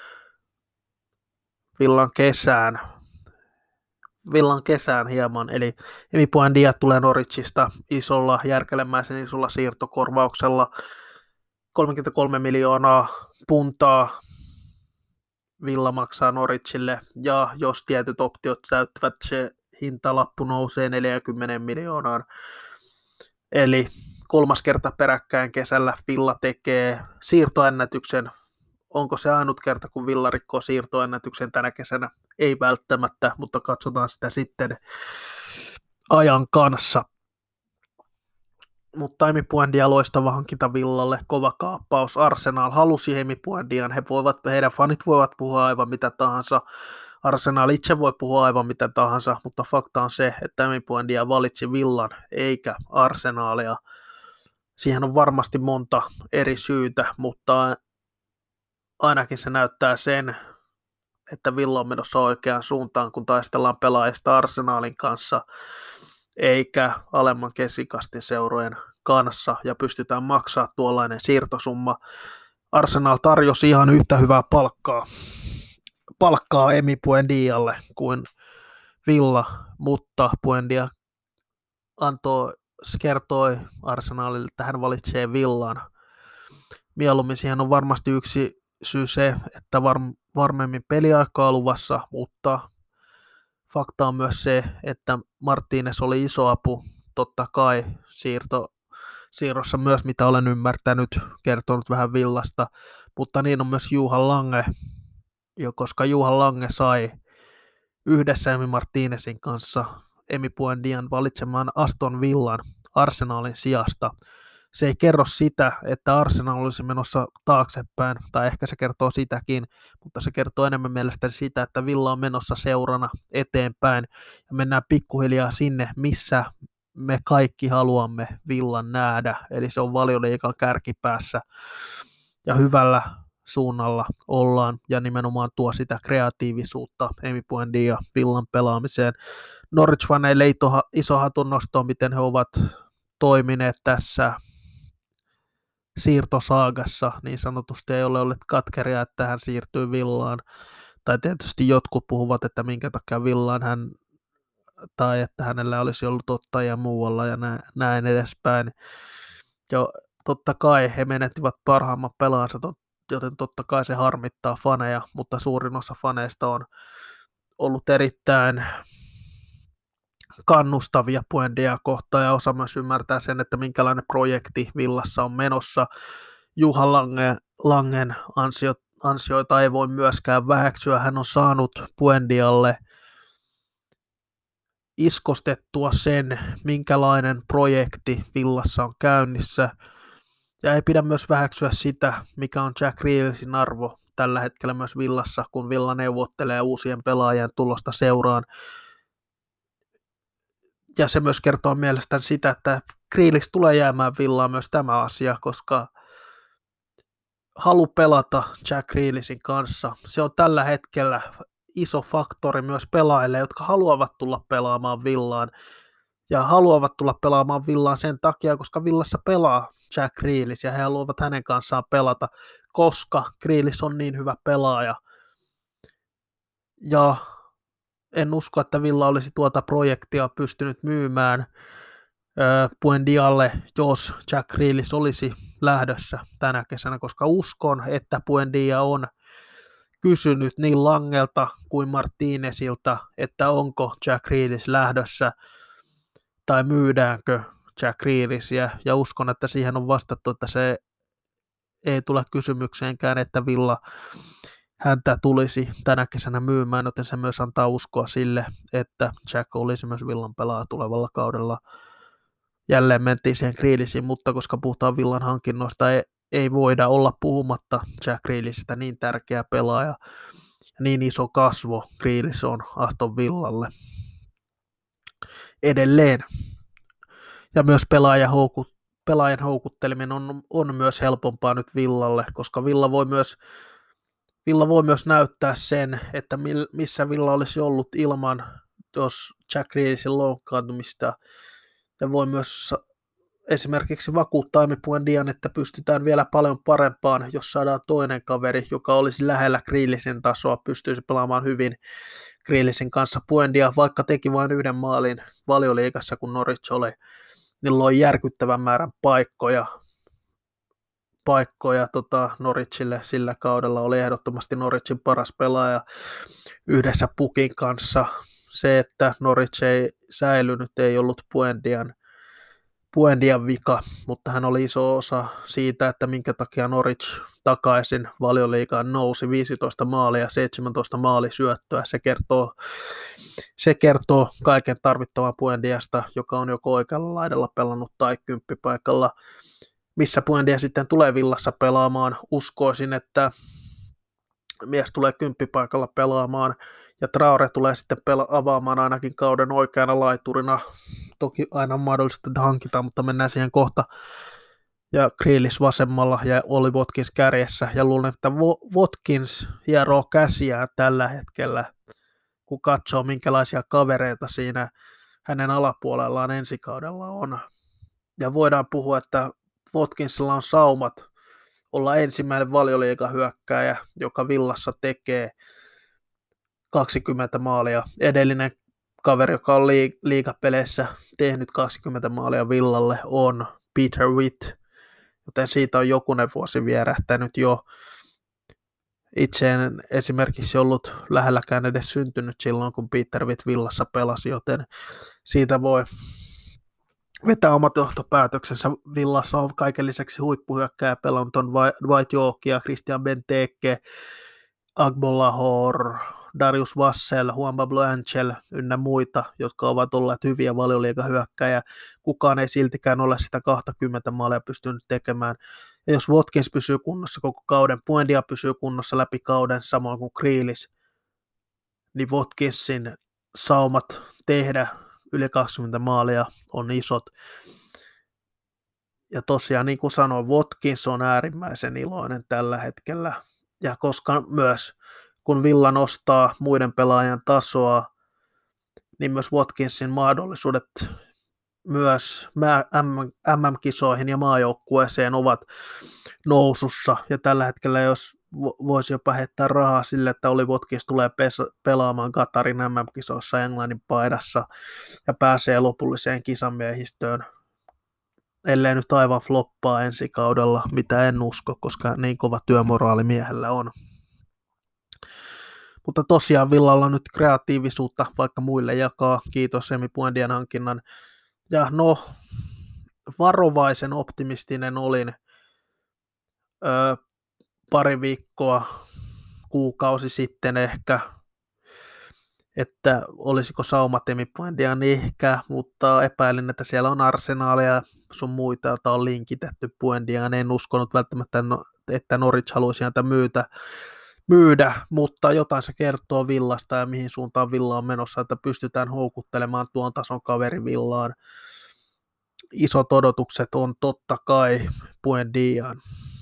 Villan kesään. Villan kesään hieman, eli Emi Buendia tulee Norwichista isolla, järkelemäisen isolla siirtokorvauksella, kolmekymmentäkolme miljoonaa puntaa Villa maksaa Norwichille, ja jos tietyt optiot täyttävät, se hintalappu nousee neljäkymmentä miljoonaan. Eli kolmas kerta peräkkäin kesällä Villa tekee siirtoennätyksen. Onko se ainut kerta, kun Villa rikkoo siirtoennätyksen tänä kesänä? Ei välttämättä, mutta katsotaan sitä sitten ajan kanssa. Mutta Emi Buendia loistava hankinta Villalle, kova kaappaus. Arsenal halusi Emi Buendian, he voivat, heidän fanit voivat puhua aivan mitä tahansa. Arsenal itse voi puhua aivan mitä tahansa, mutta fakta on se, että Emi Buendia valitsi Villan eikä Arsenalia. Siihen on varmasti monta eri syytä, mutta ainakin se näyttää sen, että Villa on menossa oikeaan suuntaan, kun taistellaan pelaajista Arsenalin kanssa, eikä alemman keskikastin seurojen kanssa, ja pystytään maksaa tuollainen siirtosumma. Arsenal tarjosi ihan yhtä hyvää palkkaa, palkkaa Emi Buendialle kuin Villa, mutta Buendia antoi, kertoi Arsenalille, että hän valitsee Villan. Mieluummin siihen on varmasti yksi syy se, että var, varmemmin peliaikaa luvassa, mutta fakta on myös se, että Martínez oli iso apu, totta kai siirto, siirrossa myös, mitä olen ymmärtänyt, kertonut vähän Villasta, mutta niin on myös Johan Lange, jo koska Johan Lange sai yhdessä Emi Martínezin kanssa Emi Buendian valitsemaan Aston Villan Arsenalin sijasta. Se ei kerro sitä, että Arsenal olisi menossa taaksepäin, tai ehkä se kertoo sitäkin, mutta se kertoo enemmän mielestäni sitä, että Villa on menossa seurana eteenpäin, ja mennään pikkuhiljaa sinne, missä me kaikki haluamme Villan nähdä, eli se on Valioliigan kärkipäässä, ja hyvällä suunnalla ollaan, ja nimenomaan tuo sitä kreatiivisuutta Emi Buendia Villan pelaamiseen. Norwich-faneille iso hatunnosto, miten he ovat toimineet tässä siirtosaagassa, niin sanotusti ei ole ollut katkeria, että hän siirtyy Villaan, tai tietysti jotkut puhuvat, että minkä takia Villaan hän, tai että hänellä olisi ollut ottajia muualla ja näin edespäin. Ja totta kai he menettivät parhaimman pelaansa, joten totta kai se harmittaa faneja, mutta suurin osa faneista on ollut erittäin kannustavia Buendia kohtaan ja osa myös ymmärtää sen, että minkälainen projekti Villassa on menossa. Johan Lange, Langen ansio, ansioita ei voi myöskään väheksyä. Hän on saanut Buendialle iskostettua sen, minkälainen projekti Villassa on käynnissä. Ja ei pidä myös väheksyä sitä, mikä on Jack Grealishin arvo tällä hetkellä myös Villassa, kun Villa neuvottelee uusien pelaajien tulosta seuraan. ja se myös kertoo mielestäni sitä, että Grealish tulee jäämään Villaan myös tämä asia, koska halu pelata Jack Grealishin kanssa, se on tällä hetkellä iso faktori myös pelaajille, jotka haluavat tulla pelaamaan Villaan, ja haluavat tulla pelaamaan Villaan sen takia, koska Villassa pelaa Jack Grealish, ja he haluavat hänen kanssaan pelata, koska Grealish on niin hyvä pelaaja. Ja en usko, että Villa olisi tuota projektia pystynyt myymään äh, Buendialle, jos Jack Grealish olisi lähdössä tänä kesänä, koska uskon, että Buendia on kysynyt niin Langelta kuin Martinezilta, että onko Jack Grealish lähdössä tai myydäänkö Jack Grealishia, ja uskon, että siihen on vastattu, että se ei tule kysymykseenkään, että Villa häntä tulisi tänä kesänä myymään, joten se myös antaa uskoa sille, että Jack olisi myös Villan pelaaja tulevalla kaudella. Jälleen mentiin siihen Grealishiin, mutta koska puhutaan Villan hankinnoista, ei, ei voida olla puhumatta Jack Grealishistä, niin tärkeä pelaaja, niin iso kasvo Grealish on Aston Villalle edelleen. Ja myös pelaajan, houkut, pelaajan houkutteleminen on, on myös helpompaa nyt Villalle, koska Villa voi myös Villa voi myös näyttää sen, että missä Villa olisi ollut ilman, jos Jack Grealishin loukkaantumista, ja voi myös esimerkiksi vakuuttaa Emi Buendian, että pystytään vielä paljon parempaan, jos saadaan toinen kaveri, joka olisi lähellä Grealishin tasoa, pystyisi pelaamaan hyvin Grealishin kanssa. Buendia, vaikka teki vain yhden maalin Valioliigassa, kun Norwich oli, niin loi järkyttävän määrän paikkoja, paikkoja tota, Norwichille sillä kaudella, oli ehdottomasti Norwichin paras pelaaja yhdessä Pukin kanssa. Se, että Norwich ei säilynyt, ei ollut Buendian, Buendian vika, mutta hän oli iso osa siitä, että minkä takia Norwich takaisin Valioliigaan nousi. Viisitoista maalia, seitsemäntoista maalisyöttöä. Se kertoo, se kertoo kaiken tarvittavan Buendiasta, joka on joko oikealla laidalla pelannut tai kymppipaikalla. Missä Buendia sitten tulee Villassa pelaamaan, uskoisin, että mies tulee kymppipaikalla pelaamaan, ja Traore tulee sitten pela- avaamaan ainakin kauden oikeana laiturina. Toki aina on mahdollista, että hankitaan, mutta mennään siihen kohta. Ja Grealish vasemmalla ja Ollie Watkins kärjessä. Ja luulen, että Watkins hieroo käsiään tällä hetkellä, kun katsoo minkälaisia kavereita siinä hänen alapuolellaan ensikaudella on. Ja voidaan puhua, että Watkinsilla on saumat olla ensimmäinen Valioliigahyökkääjä, joka Villassa tekee kaksikymmentä maalia. Edellinen kaveri, joka on liigapeleissä tehnyt kaksikymmentä maalia Villalle, on Peter Witt, joten siitä on jokunen vuosi vierähtänyt jo. Itse en esimerkiksi ollut lähelläkään edes syntynyt silloin, kun Peter Witt Villassa pelasi, joten siitä voi vetää omat johtopäätöksensä. Villassa on kaiken lisäksi huippuhyökkääjä pelannut on Dwight Yorkia, Christian Benteke, Agbolahor, Darius Vassell, Juan Pablo Angel ynnä muita, jotka ovat olleet hyviä Valioliigahyökkääjiä. Kukaan ei siltikään ole sitä kaksikymmentä maalia pystynyt tekemään. Ja jos Watkins pysyy kunnossa koko kauden, Buendia pysyy kunnossa läpi kauden, samoin kuin Grealish, niin Watkinsin saumat tehdä yli kaksikymmentä maalia on isot. Ja tosiaan, niin kuin sanoin, Watkins on äärimmäisen iloinen tällä hetkellä. Ja koska myös, kun Villa nostaa muiden pelaajien tasoa, niin myös Watkinsin mahdollisuudet myös M M-kisoihin ja maajoukkueeseen ovat nousussa. Ja tällä hetkellä, jos voisi jopa heittää rahaa sille, että Ollie Watkins tulee pelaamaan Qatarin M M-kisoissa Englannin paidassa ja pääsee lopulliseen kisamiehistöön, ellei nyt aivan floppaa ensi kaudella, mitä en usko, koska niin kova työmoraali miehellä on. Mutta tosiaan Villalla on nyt kreatiivisuutta vaikka muille jakaa, kiitos Emi Buendian hankinnan. Ja no, varovaisen optimistinen olin ö, pari viikkoa, kuukausi sitten ehkä, että olisiko saumat Emi Buendian ehkä, mutta epäilin, että siellä on Arsenalia ja sun muita, joita on linkitetty Buendiaan. En uskonut välttämättä, että Norwich haluaisi häntä myytä, myydä, mutta jotain se kertoo Villasta ja mihin suuntaan Villa on menossa, että pystytään houkuttelemaan tuon tason kaveri Villaan. Isot odotukset on totta kai Buendiaan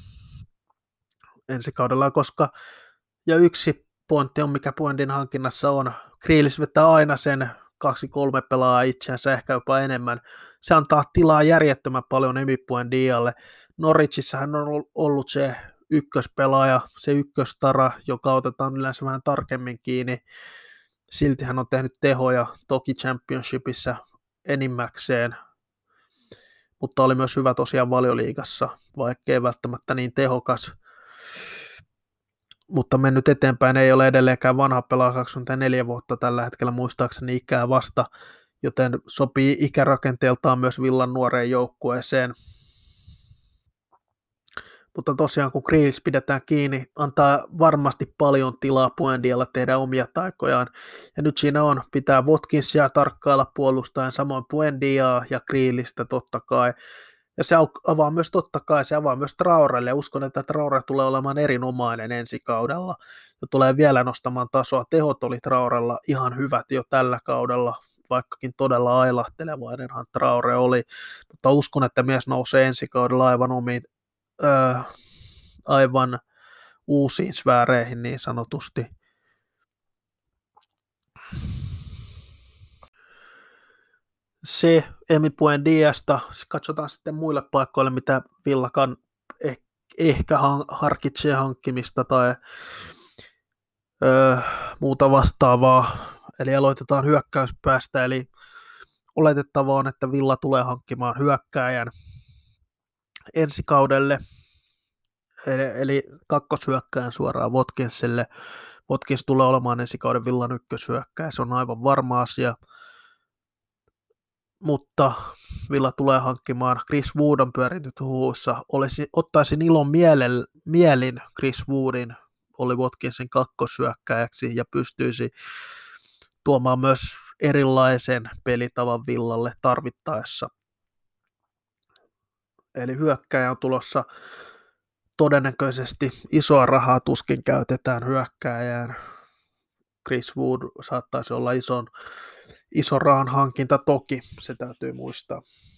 ensi kaudella, koska ja yksi pointti on, mikä Buendin hankinnassa on, Grealish vetää aina sen kaksi kolme pelaajaa itseänsä, ehkä jopa enemmän. Se antaa tilaa järjettömän paljon Emi Buendialle. Norwichissa hän on ollut se ykköspelaaja, se ykköstara, joka otetaan yleensä vähän tarkemmin kiinni. Silti hän on tehnyt tehoja toki Championshipissa enimmäkseen, mutta oli myös hyvä tosiaan Valioliigassa, vaikkei välttämättä niin tehokas. Mutta mennyt eteenpäin, ei ole edelleenkään vanha pelaaja, kaksikymmentäneljä vuotta tällä hetkellä muistaakseni ikää vasta, joten sopii ikärakenteeltaan myös Villan nuoreen joukkueeseen. Mutta tosiaan kun Grealish pidetään kiinni, antaa varmasti paljon tilaa Buendialla tehdä omia taikojaan. Ja nyt siinä on, pitää Watkinsia tarkkailla puolustajan, samoin Buendiaa ja Grealishtä totta kai. Ja se avaa myös totta kai, se avaa myös Traorelle, ja uskon, että Traore tulee olemaan erinomainen ensi kaudella, ja tulee vielä nostamaan tasoa. Tehot oli Traorella ihan hyvät jo tällä kaudella, vaikkakin todella ailahtelevainenhan Traore oli, mutta uskon, että mies nousee ensi kaudella aivan omiin, öö, aivan uusiin sfääreihin niin sanotusti. Se Emi Buendiasta, katsotaan sitten muille paikoille, mitä Villakan eh, ehkä harkitsee hankkimista tai öö, muuta vastaavaa. Eli aloitetaan hyökkäyspäästä, eli oletettavaa on, että Villa tulee hankkimaan hyökkääjän ensi kaudelle, eli, eli kakkoshyökkääjän suoraan Watkinsille. Watkins tulee olemaan ensi kauden Villan ykköshyökkääjä, se on aivan varma asia. Mutta Villa tulee hankkimaan Chris Wood on pyörinyt huhuissa. Olisi, ottaisin ilon mielel, mielin Chris Woodin oli Watkinsin kakkosyökkäjäksi ja pystyisi tuomaan myös erilaisen pelitavan Villalle tarvittaessa. Eli hyökkäjä on tulossa todennäköisesti isoa rahaa tuskin käytetään hyökkääjään. Chris Wood saattaisi olla ison Iso rahan hankinta toki, se täytyy muistaa.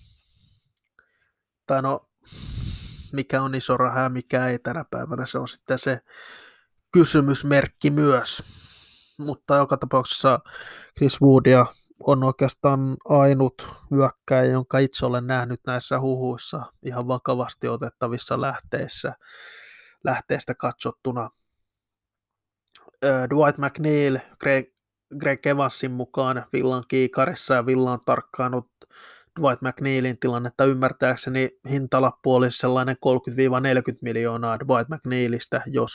Tai no, mikä on iso raha ja mikä ei tänä päivänä, se on sitten se kysymysmerkki myös. Mutta joka tapauksessa Chris Woodia on oikeastaan ainut hyökkääjä, jonka itse olen nähnyt näissä huhuissa ihan vakavasti otettavissa lähteissä, lähteistä katsottuna. Dwight McNeil, Greg Greg Evansin mukaan Villan kiikarissa ja Villa on tarkkaanut Dwight McNeilin tilannetta ymmärtääkseni hintalappu olisi sellainen kolmekymmentä neljäkymmentä miljoonaa Dwight McNeilistä, jos,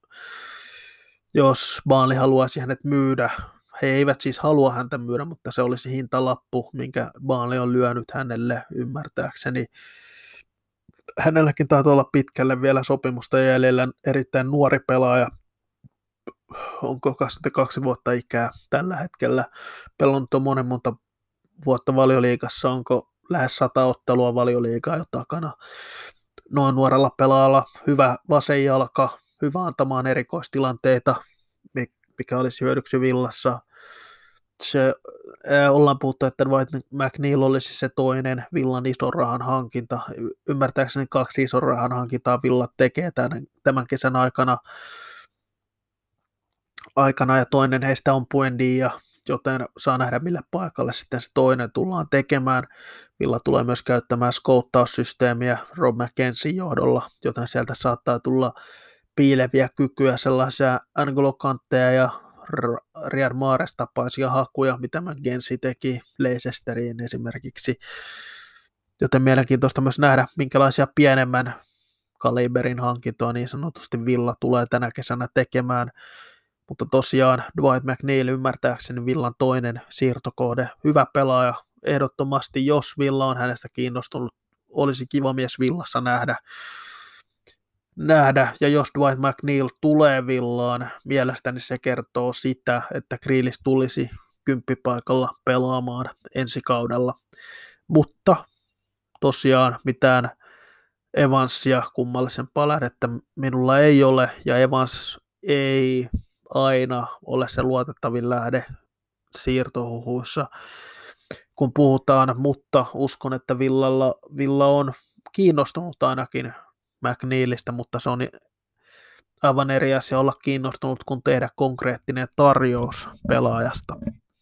jos Burnley haluaisi hänet myydä. He eivät siis halua häntä myydä, mutta se olisi hintalappu, minkä Burnley on lyönyt hänelle ymmärtääkseni. Hänelläkin taitaa olla pitkälle vielä sopimusta jäljellä, erittäin nuori pelaaja. Onko kaksikymmentäkaksi vuotta ikää tällä hetkellä, pelannut on monen monta vuotta Valioliigassa, onko lähes sata ottelua Valioliigaa jo takana. Noin nuorella pelaajalla hyvä vasen jalka, hyvä antamaan erikoistilanteita, mikä olisi hyödyksi Villassa. Se, äh, ollaan puhuttu, että Dwight McNeil olisi se toinen Villan ison rahan hankinta. Ymmärtääkseni kaksi ison rahan hankintaa Villa tekee tämän, tämän kesän aikana. aikana ja toinen heistä on Buendia, joten saa nähdä mille paikalle sitten se toinen tullaan tekemään. Villa tulee myös käyttämään skouttaussysteemiä Rob McKenzien johdolla, joten sieltä saattaa tulla piileviä kykyjä, sellaisia N'Golo Kanteja ja Riyad Mahrez tapaisia hakuja, mitä McKenzie teki Leicesteriin esimerkiksi. Joten mielenkiintoista myös nähdä, minkälaisia pienemmän kaliberin hankintoa niin sanotusti Villa tulee tänä kesänä tekemään. Mutta tosiaan Dwight McNeil ymmärtääkseni Villan toinen siirtokohde, hyvä pelaaja, ehdottomasti jos Villa on hänestä kiinnostunut, olisi kiva mies Villassa nähdä. nähdä. Ja jos Dwight McNeil tulee Villaan, mielestäni se kertoo sitä, että Grealish tulisi kymppipaikalla pelaamaan ensi kaudella. Mutta tosiaan mitään Evansia kummallisempaa lähdettä minulla ei ole, ja Evans ei aina ole se luotettavin lähde siirtohuhuissa, kun puhutaan, mutta uskon, että Villalla, Villa on kiinnostunut ainakin McNeilistä, mutta se on aivan eri asia olla kiinnostunut kuin tehdä konkreettinen tarjous pelaajasta.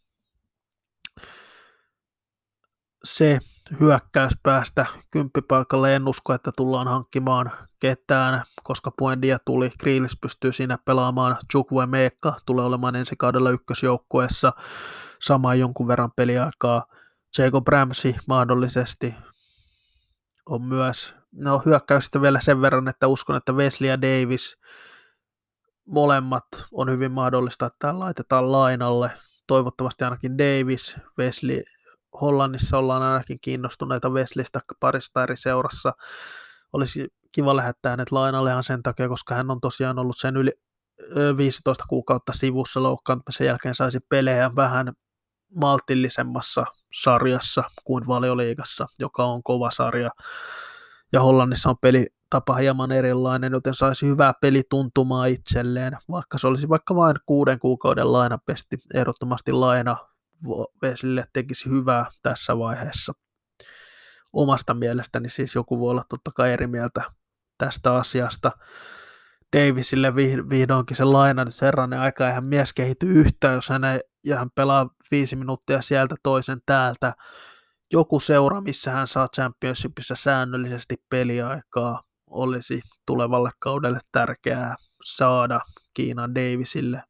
Se hyökkäyspäästä kymppipaikalle en usko, että tullaan hankkimaan ketään, koska Buendia tuli, Grealish pystyy siinä pelaamaan, Chukwuemeka tulee olemaan ensi kaudella ykkösjoukkueessa, sama jonkun verran peliaikaa, Jacob Ramsey mahdollisesti on myös, no hyökkäyksistä vielä sen verran, että uskon, että Wesley ja Davis molemmat on hyvin mahdollista, että laitetaan lainalle, toivottavasti ainakin Davis, Wesley, Hollannissa ollaan ainakin kiinnostuneita Wesleystä parista eri seurassa. Olisi kiva lähettää hänet lainallehan sen takia, koska hän on tosiaan ollut sen yli viisitoista kuukautta sivussa loukkaantumisen jälkeen saisi pelejä vähän maltillisemmassa sarjassa kuin Valioliigassa, joka on kova sarja. Ja Hollannissa on pelitapa hieman erilainen, joten saisi hyvää pelituntumaa itselleen, vaikka se olisi vaikka vain kuuden kuukauden lainapesti, ehdottomasti laina Wesleylle tekisi hyvää tässä vaiheessa. Omasta mielestäni siis joku voi olla totta kai eri mieltä tästä asiasta. Davisille vihdoinkin se laina nyt herranen aika, eihän mies kehity yhtään, jos hän, ei, ja hän pelaa viisi minuuttia sieltä toisen täältä. Joku seura, missä hän saa Championshipissa säännöllisesti peliaikaa, olisi tulevalle kaudelle tärkeää saada Kiinan Davisille.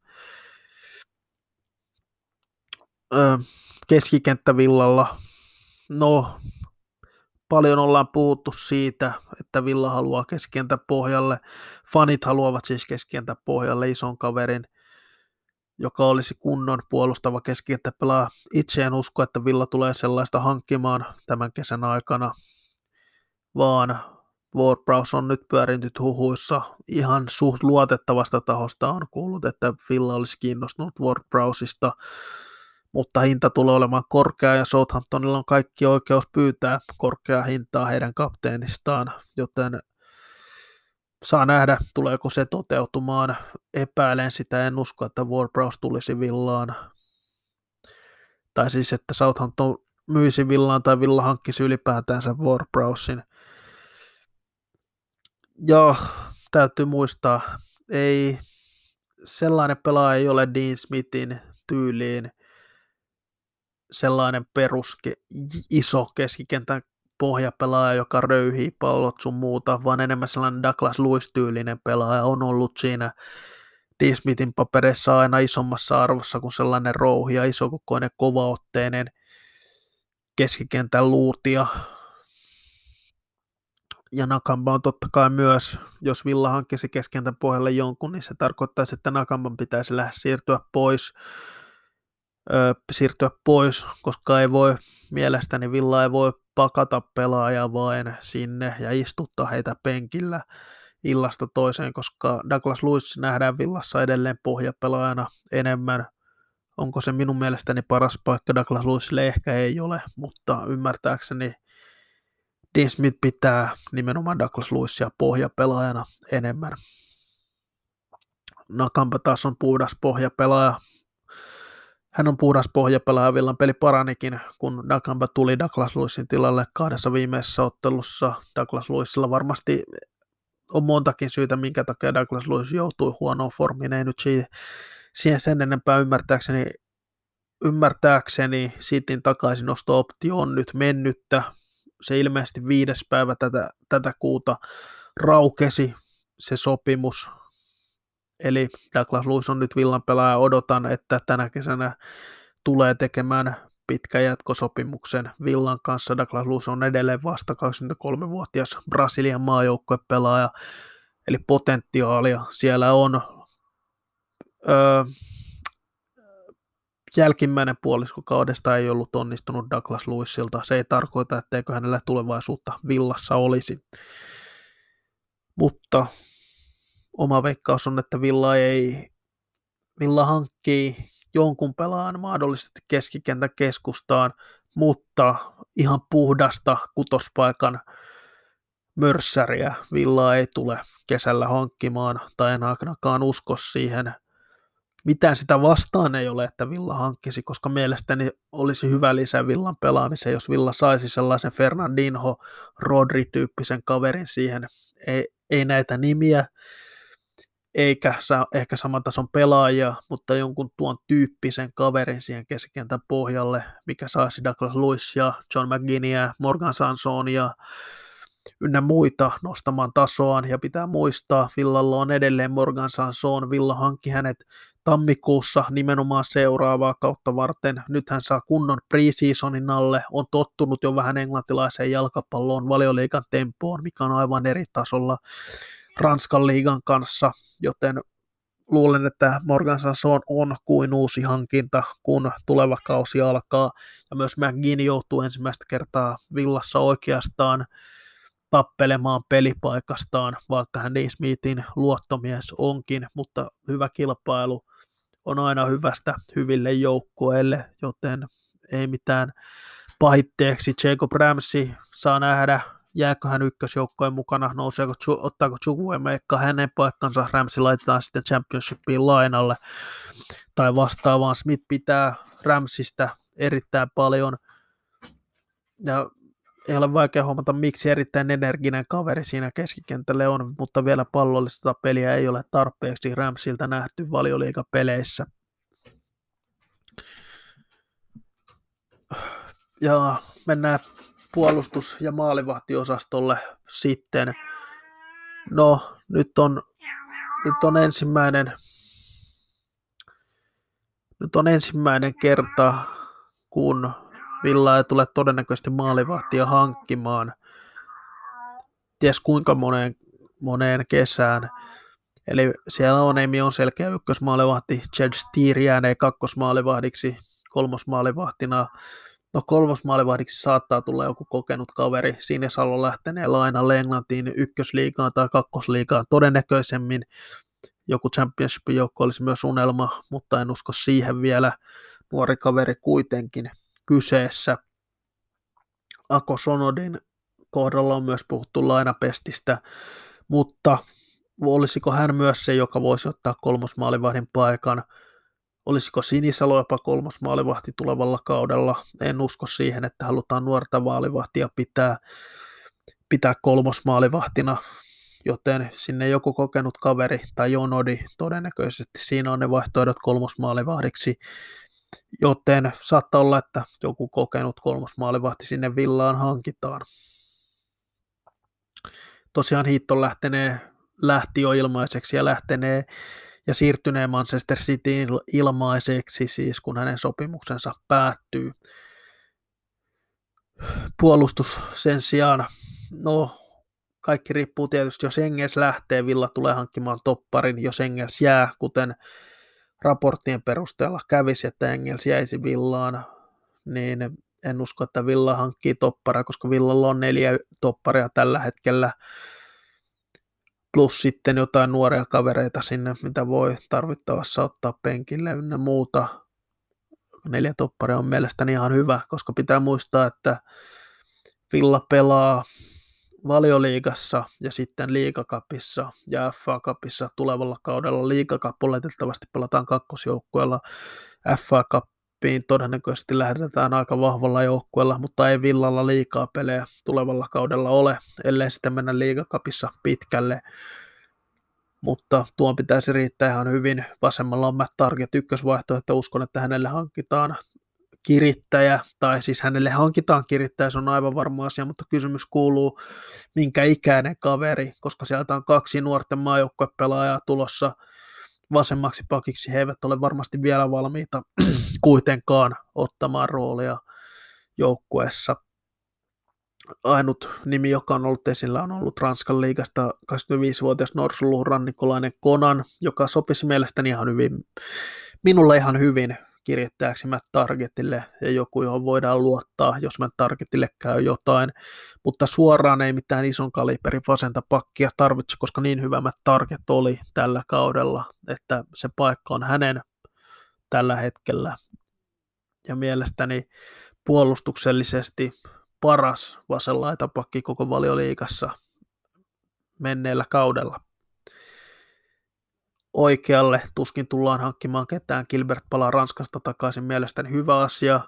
Öö, keskikenttävillalla, no paljon ollaan puhuttu siitä, että Villa haluaa keskikentän pohjalle, fanit haluavat siis keskikentän pohjalle ison kaverin, joka olisi kunnon puolustava keskikenttä pelaa. Itse en usko, että Villa tulee sellaista hankkimaan tämän kesän aikana, vaan Ward-Prowse on nyt pyörinyt huhuissa. Ihan suht luotettavasta tahosta on kuullut, että Villa olisi kiinnostunut Ward-Prowsesta, mutta hinta tulee olemaan korkea ja Southamptonilla on kaikki oikeus pyytää korkeaa hintaa heidän kapteenistaan, joten saa nähdä, tuleeko se toteutumaan. Epäilen sitä, en usko, että Ward-Prowse tulisi Villaan. Tai siis, että Southampton myisi Villaan tai Villa hankkisi ylipäätänsä Ward-Prowsen. Ja täytyy muistaa, ei sellainen pelaaja ei ole Dean Smithin tyyliin sellainen perus iso keskikentän pohjapelaaja, joka röyhii pallot sun muuta, vaan enemmän sellainen Douglas Lewis-tyylinen pelaaja on ollut siinä Dean Smithin paperissa aina isommassa arvossa kuin sellainen rouhi ja isokokoinen kovaotteinen keskikentän luutia. Ja Nakamba on totta kai myös, jos Villa hankkisi keskikentän pohjalle jonkun, niin se tarkoittaisi, että Nakamban pitäisi lähteä siirtyä pois, öö, siirtyä pois, koska ei voi, mielestäni Villa ei voi pakata pelaajaa vain sinne ja istuttaa heitä penkillä illasta toiseen, koska Douglas Lewis nähdään Villassa edelleen pohjapelaajana enemmän. Onko se minun mielestäni paras paikka Douglas Lewisille? Ehkä ei ole, mutta ymmärtääkseni Dean Smith pitää nimenomaan Douglas Lewisia pohjapelaajana enemmän. Nakamba taas on puhdas pohjapelaaja. Hän on puhdas pohjapelaaja, Villan peli paranikin, kun Nakamba tuli Douglas Lewisin tilalle kahdessa viimeisessä ottelussa. Douglas Lewisilla varmasti on montakin syytä, minkä takia Douglas Lewis joutui huonoon formiin. Ei nyt siihen sen enempää ymmärtääkseni, ymmärtääkseni Cityn takaisinosto-optio on nyt mennyttä. Se ilmeisesti viides päivä tätä, tätä kuuta raukesi se sopimus. Eli Douglas Lewis on nyt Villan pelaaja. Odotan, että tänä kesänä tulee tekemään pitkän jatkosopimuksen Villan kanssa. Douglas Lewis on edelleen vasta kaksikymmentäkolmevuotias Brasilian maajoukkuepelaaja, eli potentiaalia siellä on. Öö, jälkimmäinen puolisko kaudesta ei ollut onnistunut Douglas Lewisilta. Se ei tarkoita, etteikö hänellä tulevaisuutta Villassa olisi. Mutta oma veikkaus on, että Villa ei Villa hankkii jonkun pelaajan mahdollisesti keskikentän keskustaan, mutta ihan puhdasta kutospaikan Mörssäriä Villaa ei tule kesällä hankkimaan, tai en ainakaan usko siihen. Mitään sitä vastaan ei ole, että Villa hankkisi, koska mielestäni olisi hyvä lisä Villan pelaamiseen, jos Villa saisi sellaisen Fernandinho, Rodri-tyyppisen kaverin siihen. Ei, ei näitä nimiä, eikä saa ehkä saman tason pelaajia, mutta jonkun tuon tyyppisen kaverin siihen keskikentän pohjalle, mikä saisi Douglas Luizia, John McGinniä, Morgan Sansonia ynnä muita nostamaan tasoaan, ja pitää muistaa, Villalla on edelleen Morgan Sanson, Villa hankki hänet tammikuussa nimenomaan seuraavaa kautta varten. Nyt hän saa kunnon preseasonin alle, on tottunut jo vähän englantilaiseen jalkapalloon, Valioliigan tempoon, mikä on aivan eri tasolla Ranskan liigan kanssa, joten luulen, että Morgan Sanson on kuin uusi hankinta, kun tuleva kausi alkaa, ja myös McGinn joutuu ensimmäistä kertaa Villassa oikeastaan tappelemaan pelipaikastaan, vaikka hän Dean Smithin luottomies onkin, mutta hyvä kilpailu on aina hyvästä hyville joukkueille, joten ei mitään pahitteeksi. Jacob Ramsey saa nähdä, jääkö hän ykkösjoukkojen mukana, nouseeko, ottaako Chukwuemeka hänen paikkansa, Ramsey laitetaan sitten Championshipiin lainalle tai vastaavaan. Smith pitää Ramseystä erittäin paljon, ja ei ole vaikea huomata, miksi erittäin energinen kaveri siinä keskikentälle on, mutta vielä pallollista peliä ei ole tarpeeksi Ramsiltä nähty Valioliigapeleissä. Ja mennään puolustus- ja maalivahtiosastolle sitten. No, nyt on, nyt on ensimmäinen nyt on ensimmäinen kerta, kun Villa ei tule todennäköisesti maalivahtia hankkimaan ties kuinka moneen, moneen kesään. Eli siellä on Emi on selkeä ykkösmaalivahti, Jed Steer jäänee kakkosmaalivahdiksi, kolmosmaalivahtina. No kolmosmaalivahdiksi saattaa tulla joku kokenut kaveri, Sinisalo lähtenee lainalle Englantiin ykkösliigaan tai kakkosliigaan todennäköisemmin. Joku Championshipin joukko olisi myös unelma, mutta en usko siihen vielä. Nuori kaveri kuitenkin kyseessä. Ako Sonodin kohdalla on myös puhuttu lainapestistä, mutta olisiko hän myös se, joka voisi ottaa kolmosmaalivahdin paikan? Olisiko Sinisalo jopa kolmosmaalivahti tulevalla kaudella? En usko siihen, että halutaan nuorta maalivahtia pitää, pitää kolmosmaalivahtina, joten sinne joku kokenut kaveri tai Jonodi todennäköisesti siinä on ne vaihtoehdot kolmosmaalivahdiksi, joten saattaa olla, että joku kokenut kolmosmaalivahti sinne Villaan hankitaan. Tosiaan Heaton lähtenee, lähti jo ilmaiseksi ja lähtenee ja siirtynee Manchester Cityin ilmaiseksi, siis kun hänen sopimuksensa päättyy. Puolustus sen sijaan, no kaikki riippuu tietysti, jos Engels lähtee, Villa tulee hankkimaan topparin, jos Engels jää, kuten raporttien perusteella kävisi, että Engels jäisi Villaan, niin en usko, että Villa hankkii topparia, koska Villalla on neljä topparia tällä hetkellä, plus sitten jotain nuoria kavereita sinne, mitä voi tarvittavassa ottaa penkille ynnä muuta. Neljä topparia on mielestäni ihan hyvä, koska pitää muistaa, että Villa pelaa Valioliigassa ja sitten Liigacupissa ja F A Cupissa tulevalla kaudella. Liigacup oletettavasti pelataan kakkosjoukkueella, F A Cupiin todennäköisesti lähdetään aika vahvalla joukkueella, mutta ei Villalla liikaa pelejä tulevalla kaudella ole, ellei sitten mennä Liigacupissa pitkälle. Mutta tuon pitäisi riittää ihan hyvin. Vasemmalla on Matt Target ykkösvaihtoehto, uskon, että hänelle hankitaan kirittäjä, tai siis hänelle hankitaan kirittäjä, se on aivan varma asia, mutta kysymys kuuluu, minkä ikäinen kaveri, koska sieltä on kaksi nuorten maajoukkuepelaajaa tulossa vasemmaksi pakiksi, he eivät ole varmasti vielä valmiita kuitenkaan ottamaan roolia joukkueessa. Ainut nimi, joka on ollut esillä, on ollut Ranskan liigasta kaksikymmentäviisivuotias norsunluurannikolainen Konan, joka sopisi mielestäni ihan hyvin, minulle ihan hyvin kirjoittajaksi Matt Targetille ja joku, johon voidaan luottaa, jos Matt Targetille käy jotain, mutta suoraan ei mitään ison kaliberin vasenta pakkia tarvitse, koska niin hyvä Matt Target oli tällä kaudella, että se paikka on hänen tällä hetkellä. Ja mielestäni puolustuksellisesti paras vasenlaitapakki koko Valioliigassa menneellä kaudella. Oikealle tuskin tullaan hankkimaan ketään. Gilbert palaa Ranskasta takaisin, mielestäni hyvä asia.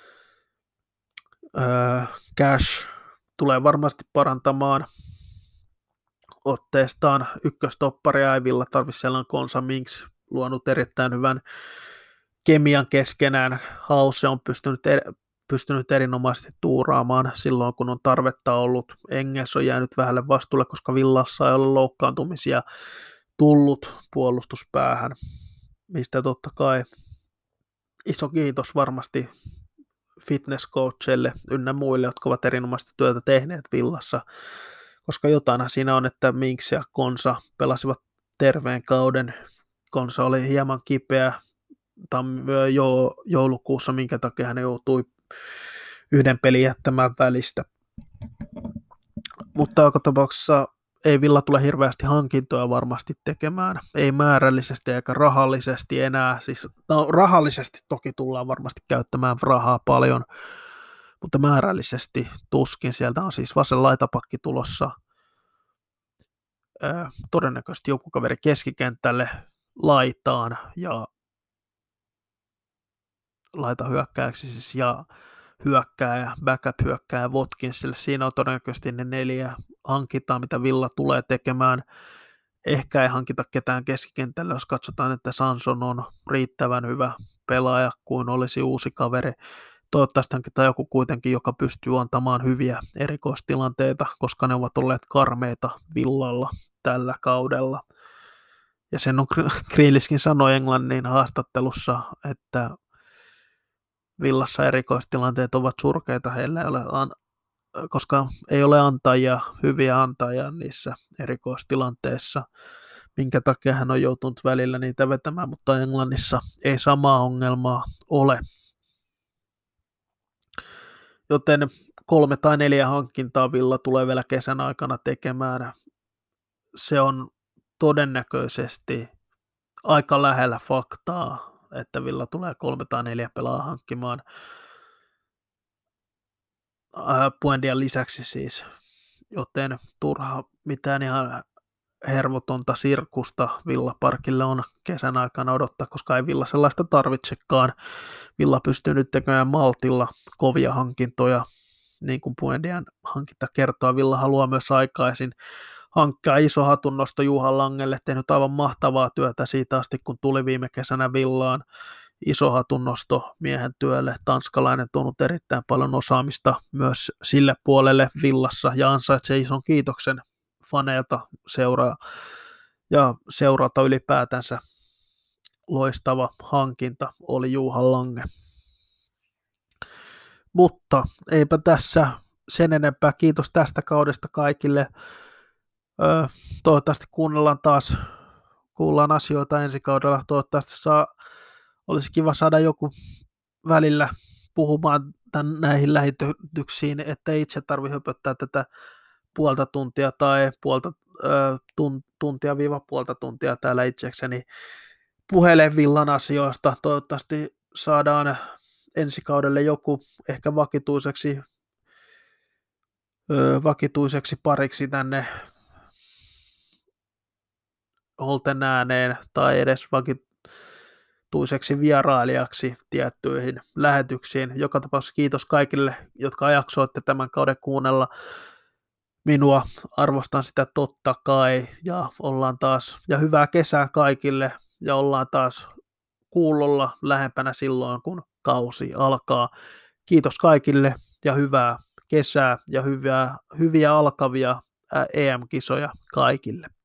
Öö, Cash tulee varmasti parantamaan otteestaan ykköstopparia, ei Villa tarvitse sellainen. Konsa Minks luonut erittäin hyvän kemian keskenään. Hause on pystynyt, er, pystynyt erinomaisesti tuuraamaan silloin, kun on tarvetta ollut. Enges on jäänyt vähälle vastuulle, koska Villassa ei ole loukkaantumisia tullut puolustuspäähän, mistä totta kai iso kiitos varmasti fitnesscoachille ynnä muille, jotka ovat erinomaisesti työtä tehneet Villassa, koska jotain siinä on, että Minks ja Konsa pelasivat terveen kauden. Konsa oli hieman kipeä tammyö jo joulukuussa, minkä takia hän joutui yhden pelin jättämään välistä. Mutta joka tapauksessa ei Villa tule hirveästi hankintoja varmasti tekemään, ei määrällisesti eikä rahallisesti enää. Siis, no, rahallisesti toki tullaan varmasti käyttämään rahaa paljon, mutta määrällisesti tuskin. Sieltä on siis vasen laitapakki tulossa. Ää, todennäköisesti joku kaveri keskikentälle laitaan ja laita hyökkääjäksi siis ja hyökkääjä, backup-hyökkääjä Watkinsille. Siinä on todennäköisesti ne neljä hankintaa, mitä Villa tulee tekemään. Ehkä ei hankita ketään keskikentälle, jos katsotaan, että Sanson on riittävän hyvä pelaaja kuin olisi uusi kaveri. Toivottavasti hankitaan joku kuitenkin, joka pystyy antamaan hyviä erikoistilanteita, koska ne ovat olleet karmeita Villalla tällä kaudella. Ja sen on Grealiskin sanoi Englannin haastattelussa, että Villassa erikoistilanteet ovat surkeita, heillä ei ole, koska ei ole antajia, hyviä antajia niissä erikoistilanteissa, minkä takia hän on joutunut välillä niitä vetämään, mutta Englannissa ei samaa ongelmaa ole. Joten kolme tai neljä hankintaa Villa tulee vielä kesän aikana tekemään. Se on todennäköisesti aika lähellä faktaa, että Villa tulee kolme tai neljä pelaa hankkimaan. Buendian lisäksi siis, joten turha mitään ihan hervotonta sirkusta Villa Parkille on kesän aikana odottaa, koska ei Villa sellaista tarvitsekaan. Villa pystyy nyt tekemään maltilla kovia hankintoja, niin kuin Buendian hankinta kertoo. Villa haluaa myös aikaisin hankkia iso hatunnosto Juha Langelle, tehnyt aivan mahtavaa työtä siitä asti, kun tuli viime kesänä Villaan. Iso hatunnosto miehen työlle. Tanskalainen tuonut erittäin paljon osaamista myös sille puolelle Villassa ja ansaitsee ison kiitoksen faneilta seuraa ja seurata ylipäätänsä. Loistava hankinta oli Juha Lange. Mutta eipä tässä sen enempää. Kiitos tästä kaudesta kaikille. Öö, toivottavasti kuunnellaan taas, kuullaan asioita ensi kaudella. Toivottavasti saa, olisi kiva saada joku välillä puhumaan tämän, näihin lähetyksiin, että itse tarvitse höpöttää tätä puolta tuntia tai puolta, ö, tun, tuntia viiva puolta tuntia täällä itsekseni puhelee Villan asioista. Toivottavasti saadaan ensi kaudelle joku ehkä vakituiseksi, ö, vakituiseksi pariksi tänne Holten ääneen tai edes vakituiseksi vierailijaksi tiettyihin lähetyksiin. Joka tapauksessa kiitos kaikille, jotka jaksoitte tämän kauden kuunnella minua. Arvostan sitä totta kai ja ollaan taas, ja hyvää kesää kaikille ja ollaan taas kuulolla lähempänä silloin, kun kausi alkaa. Kiitos kaikille ja hyvää kesää ja hyviä, hyviä alkavia E M-kisoja kaikille.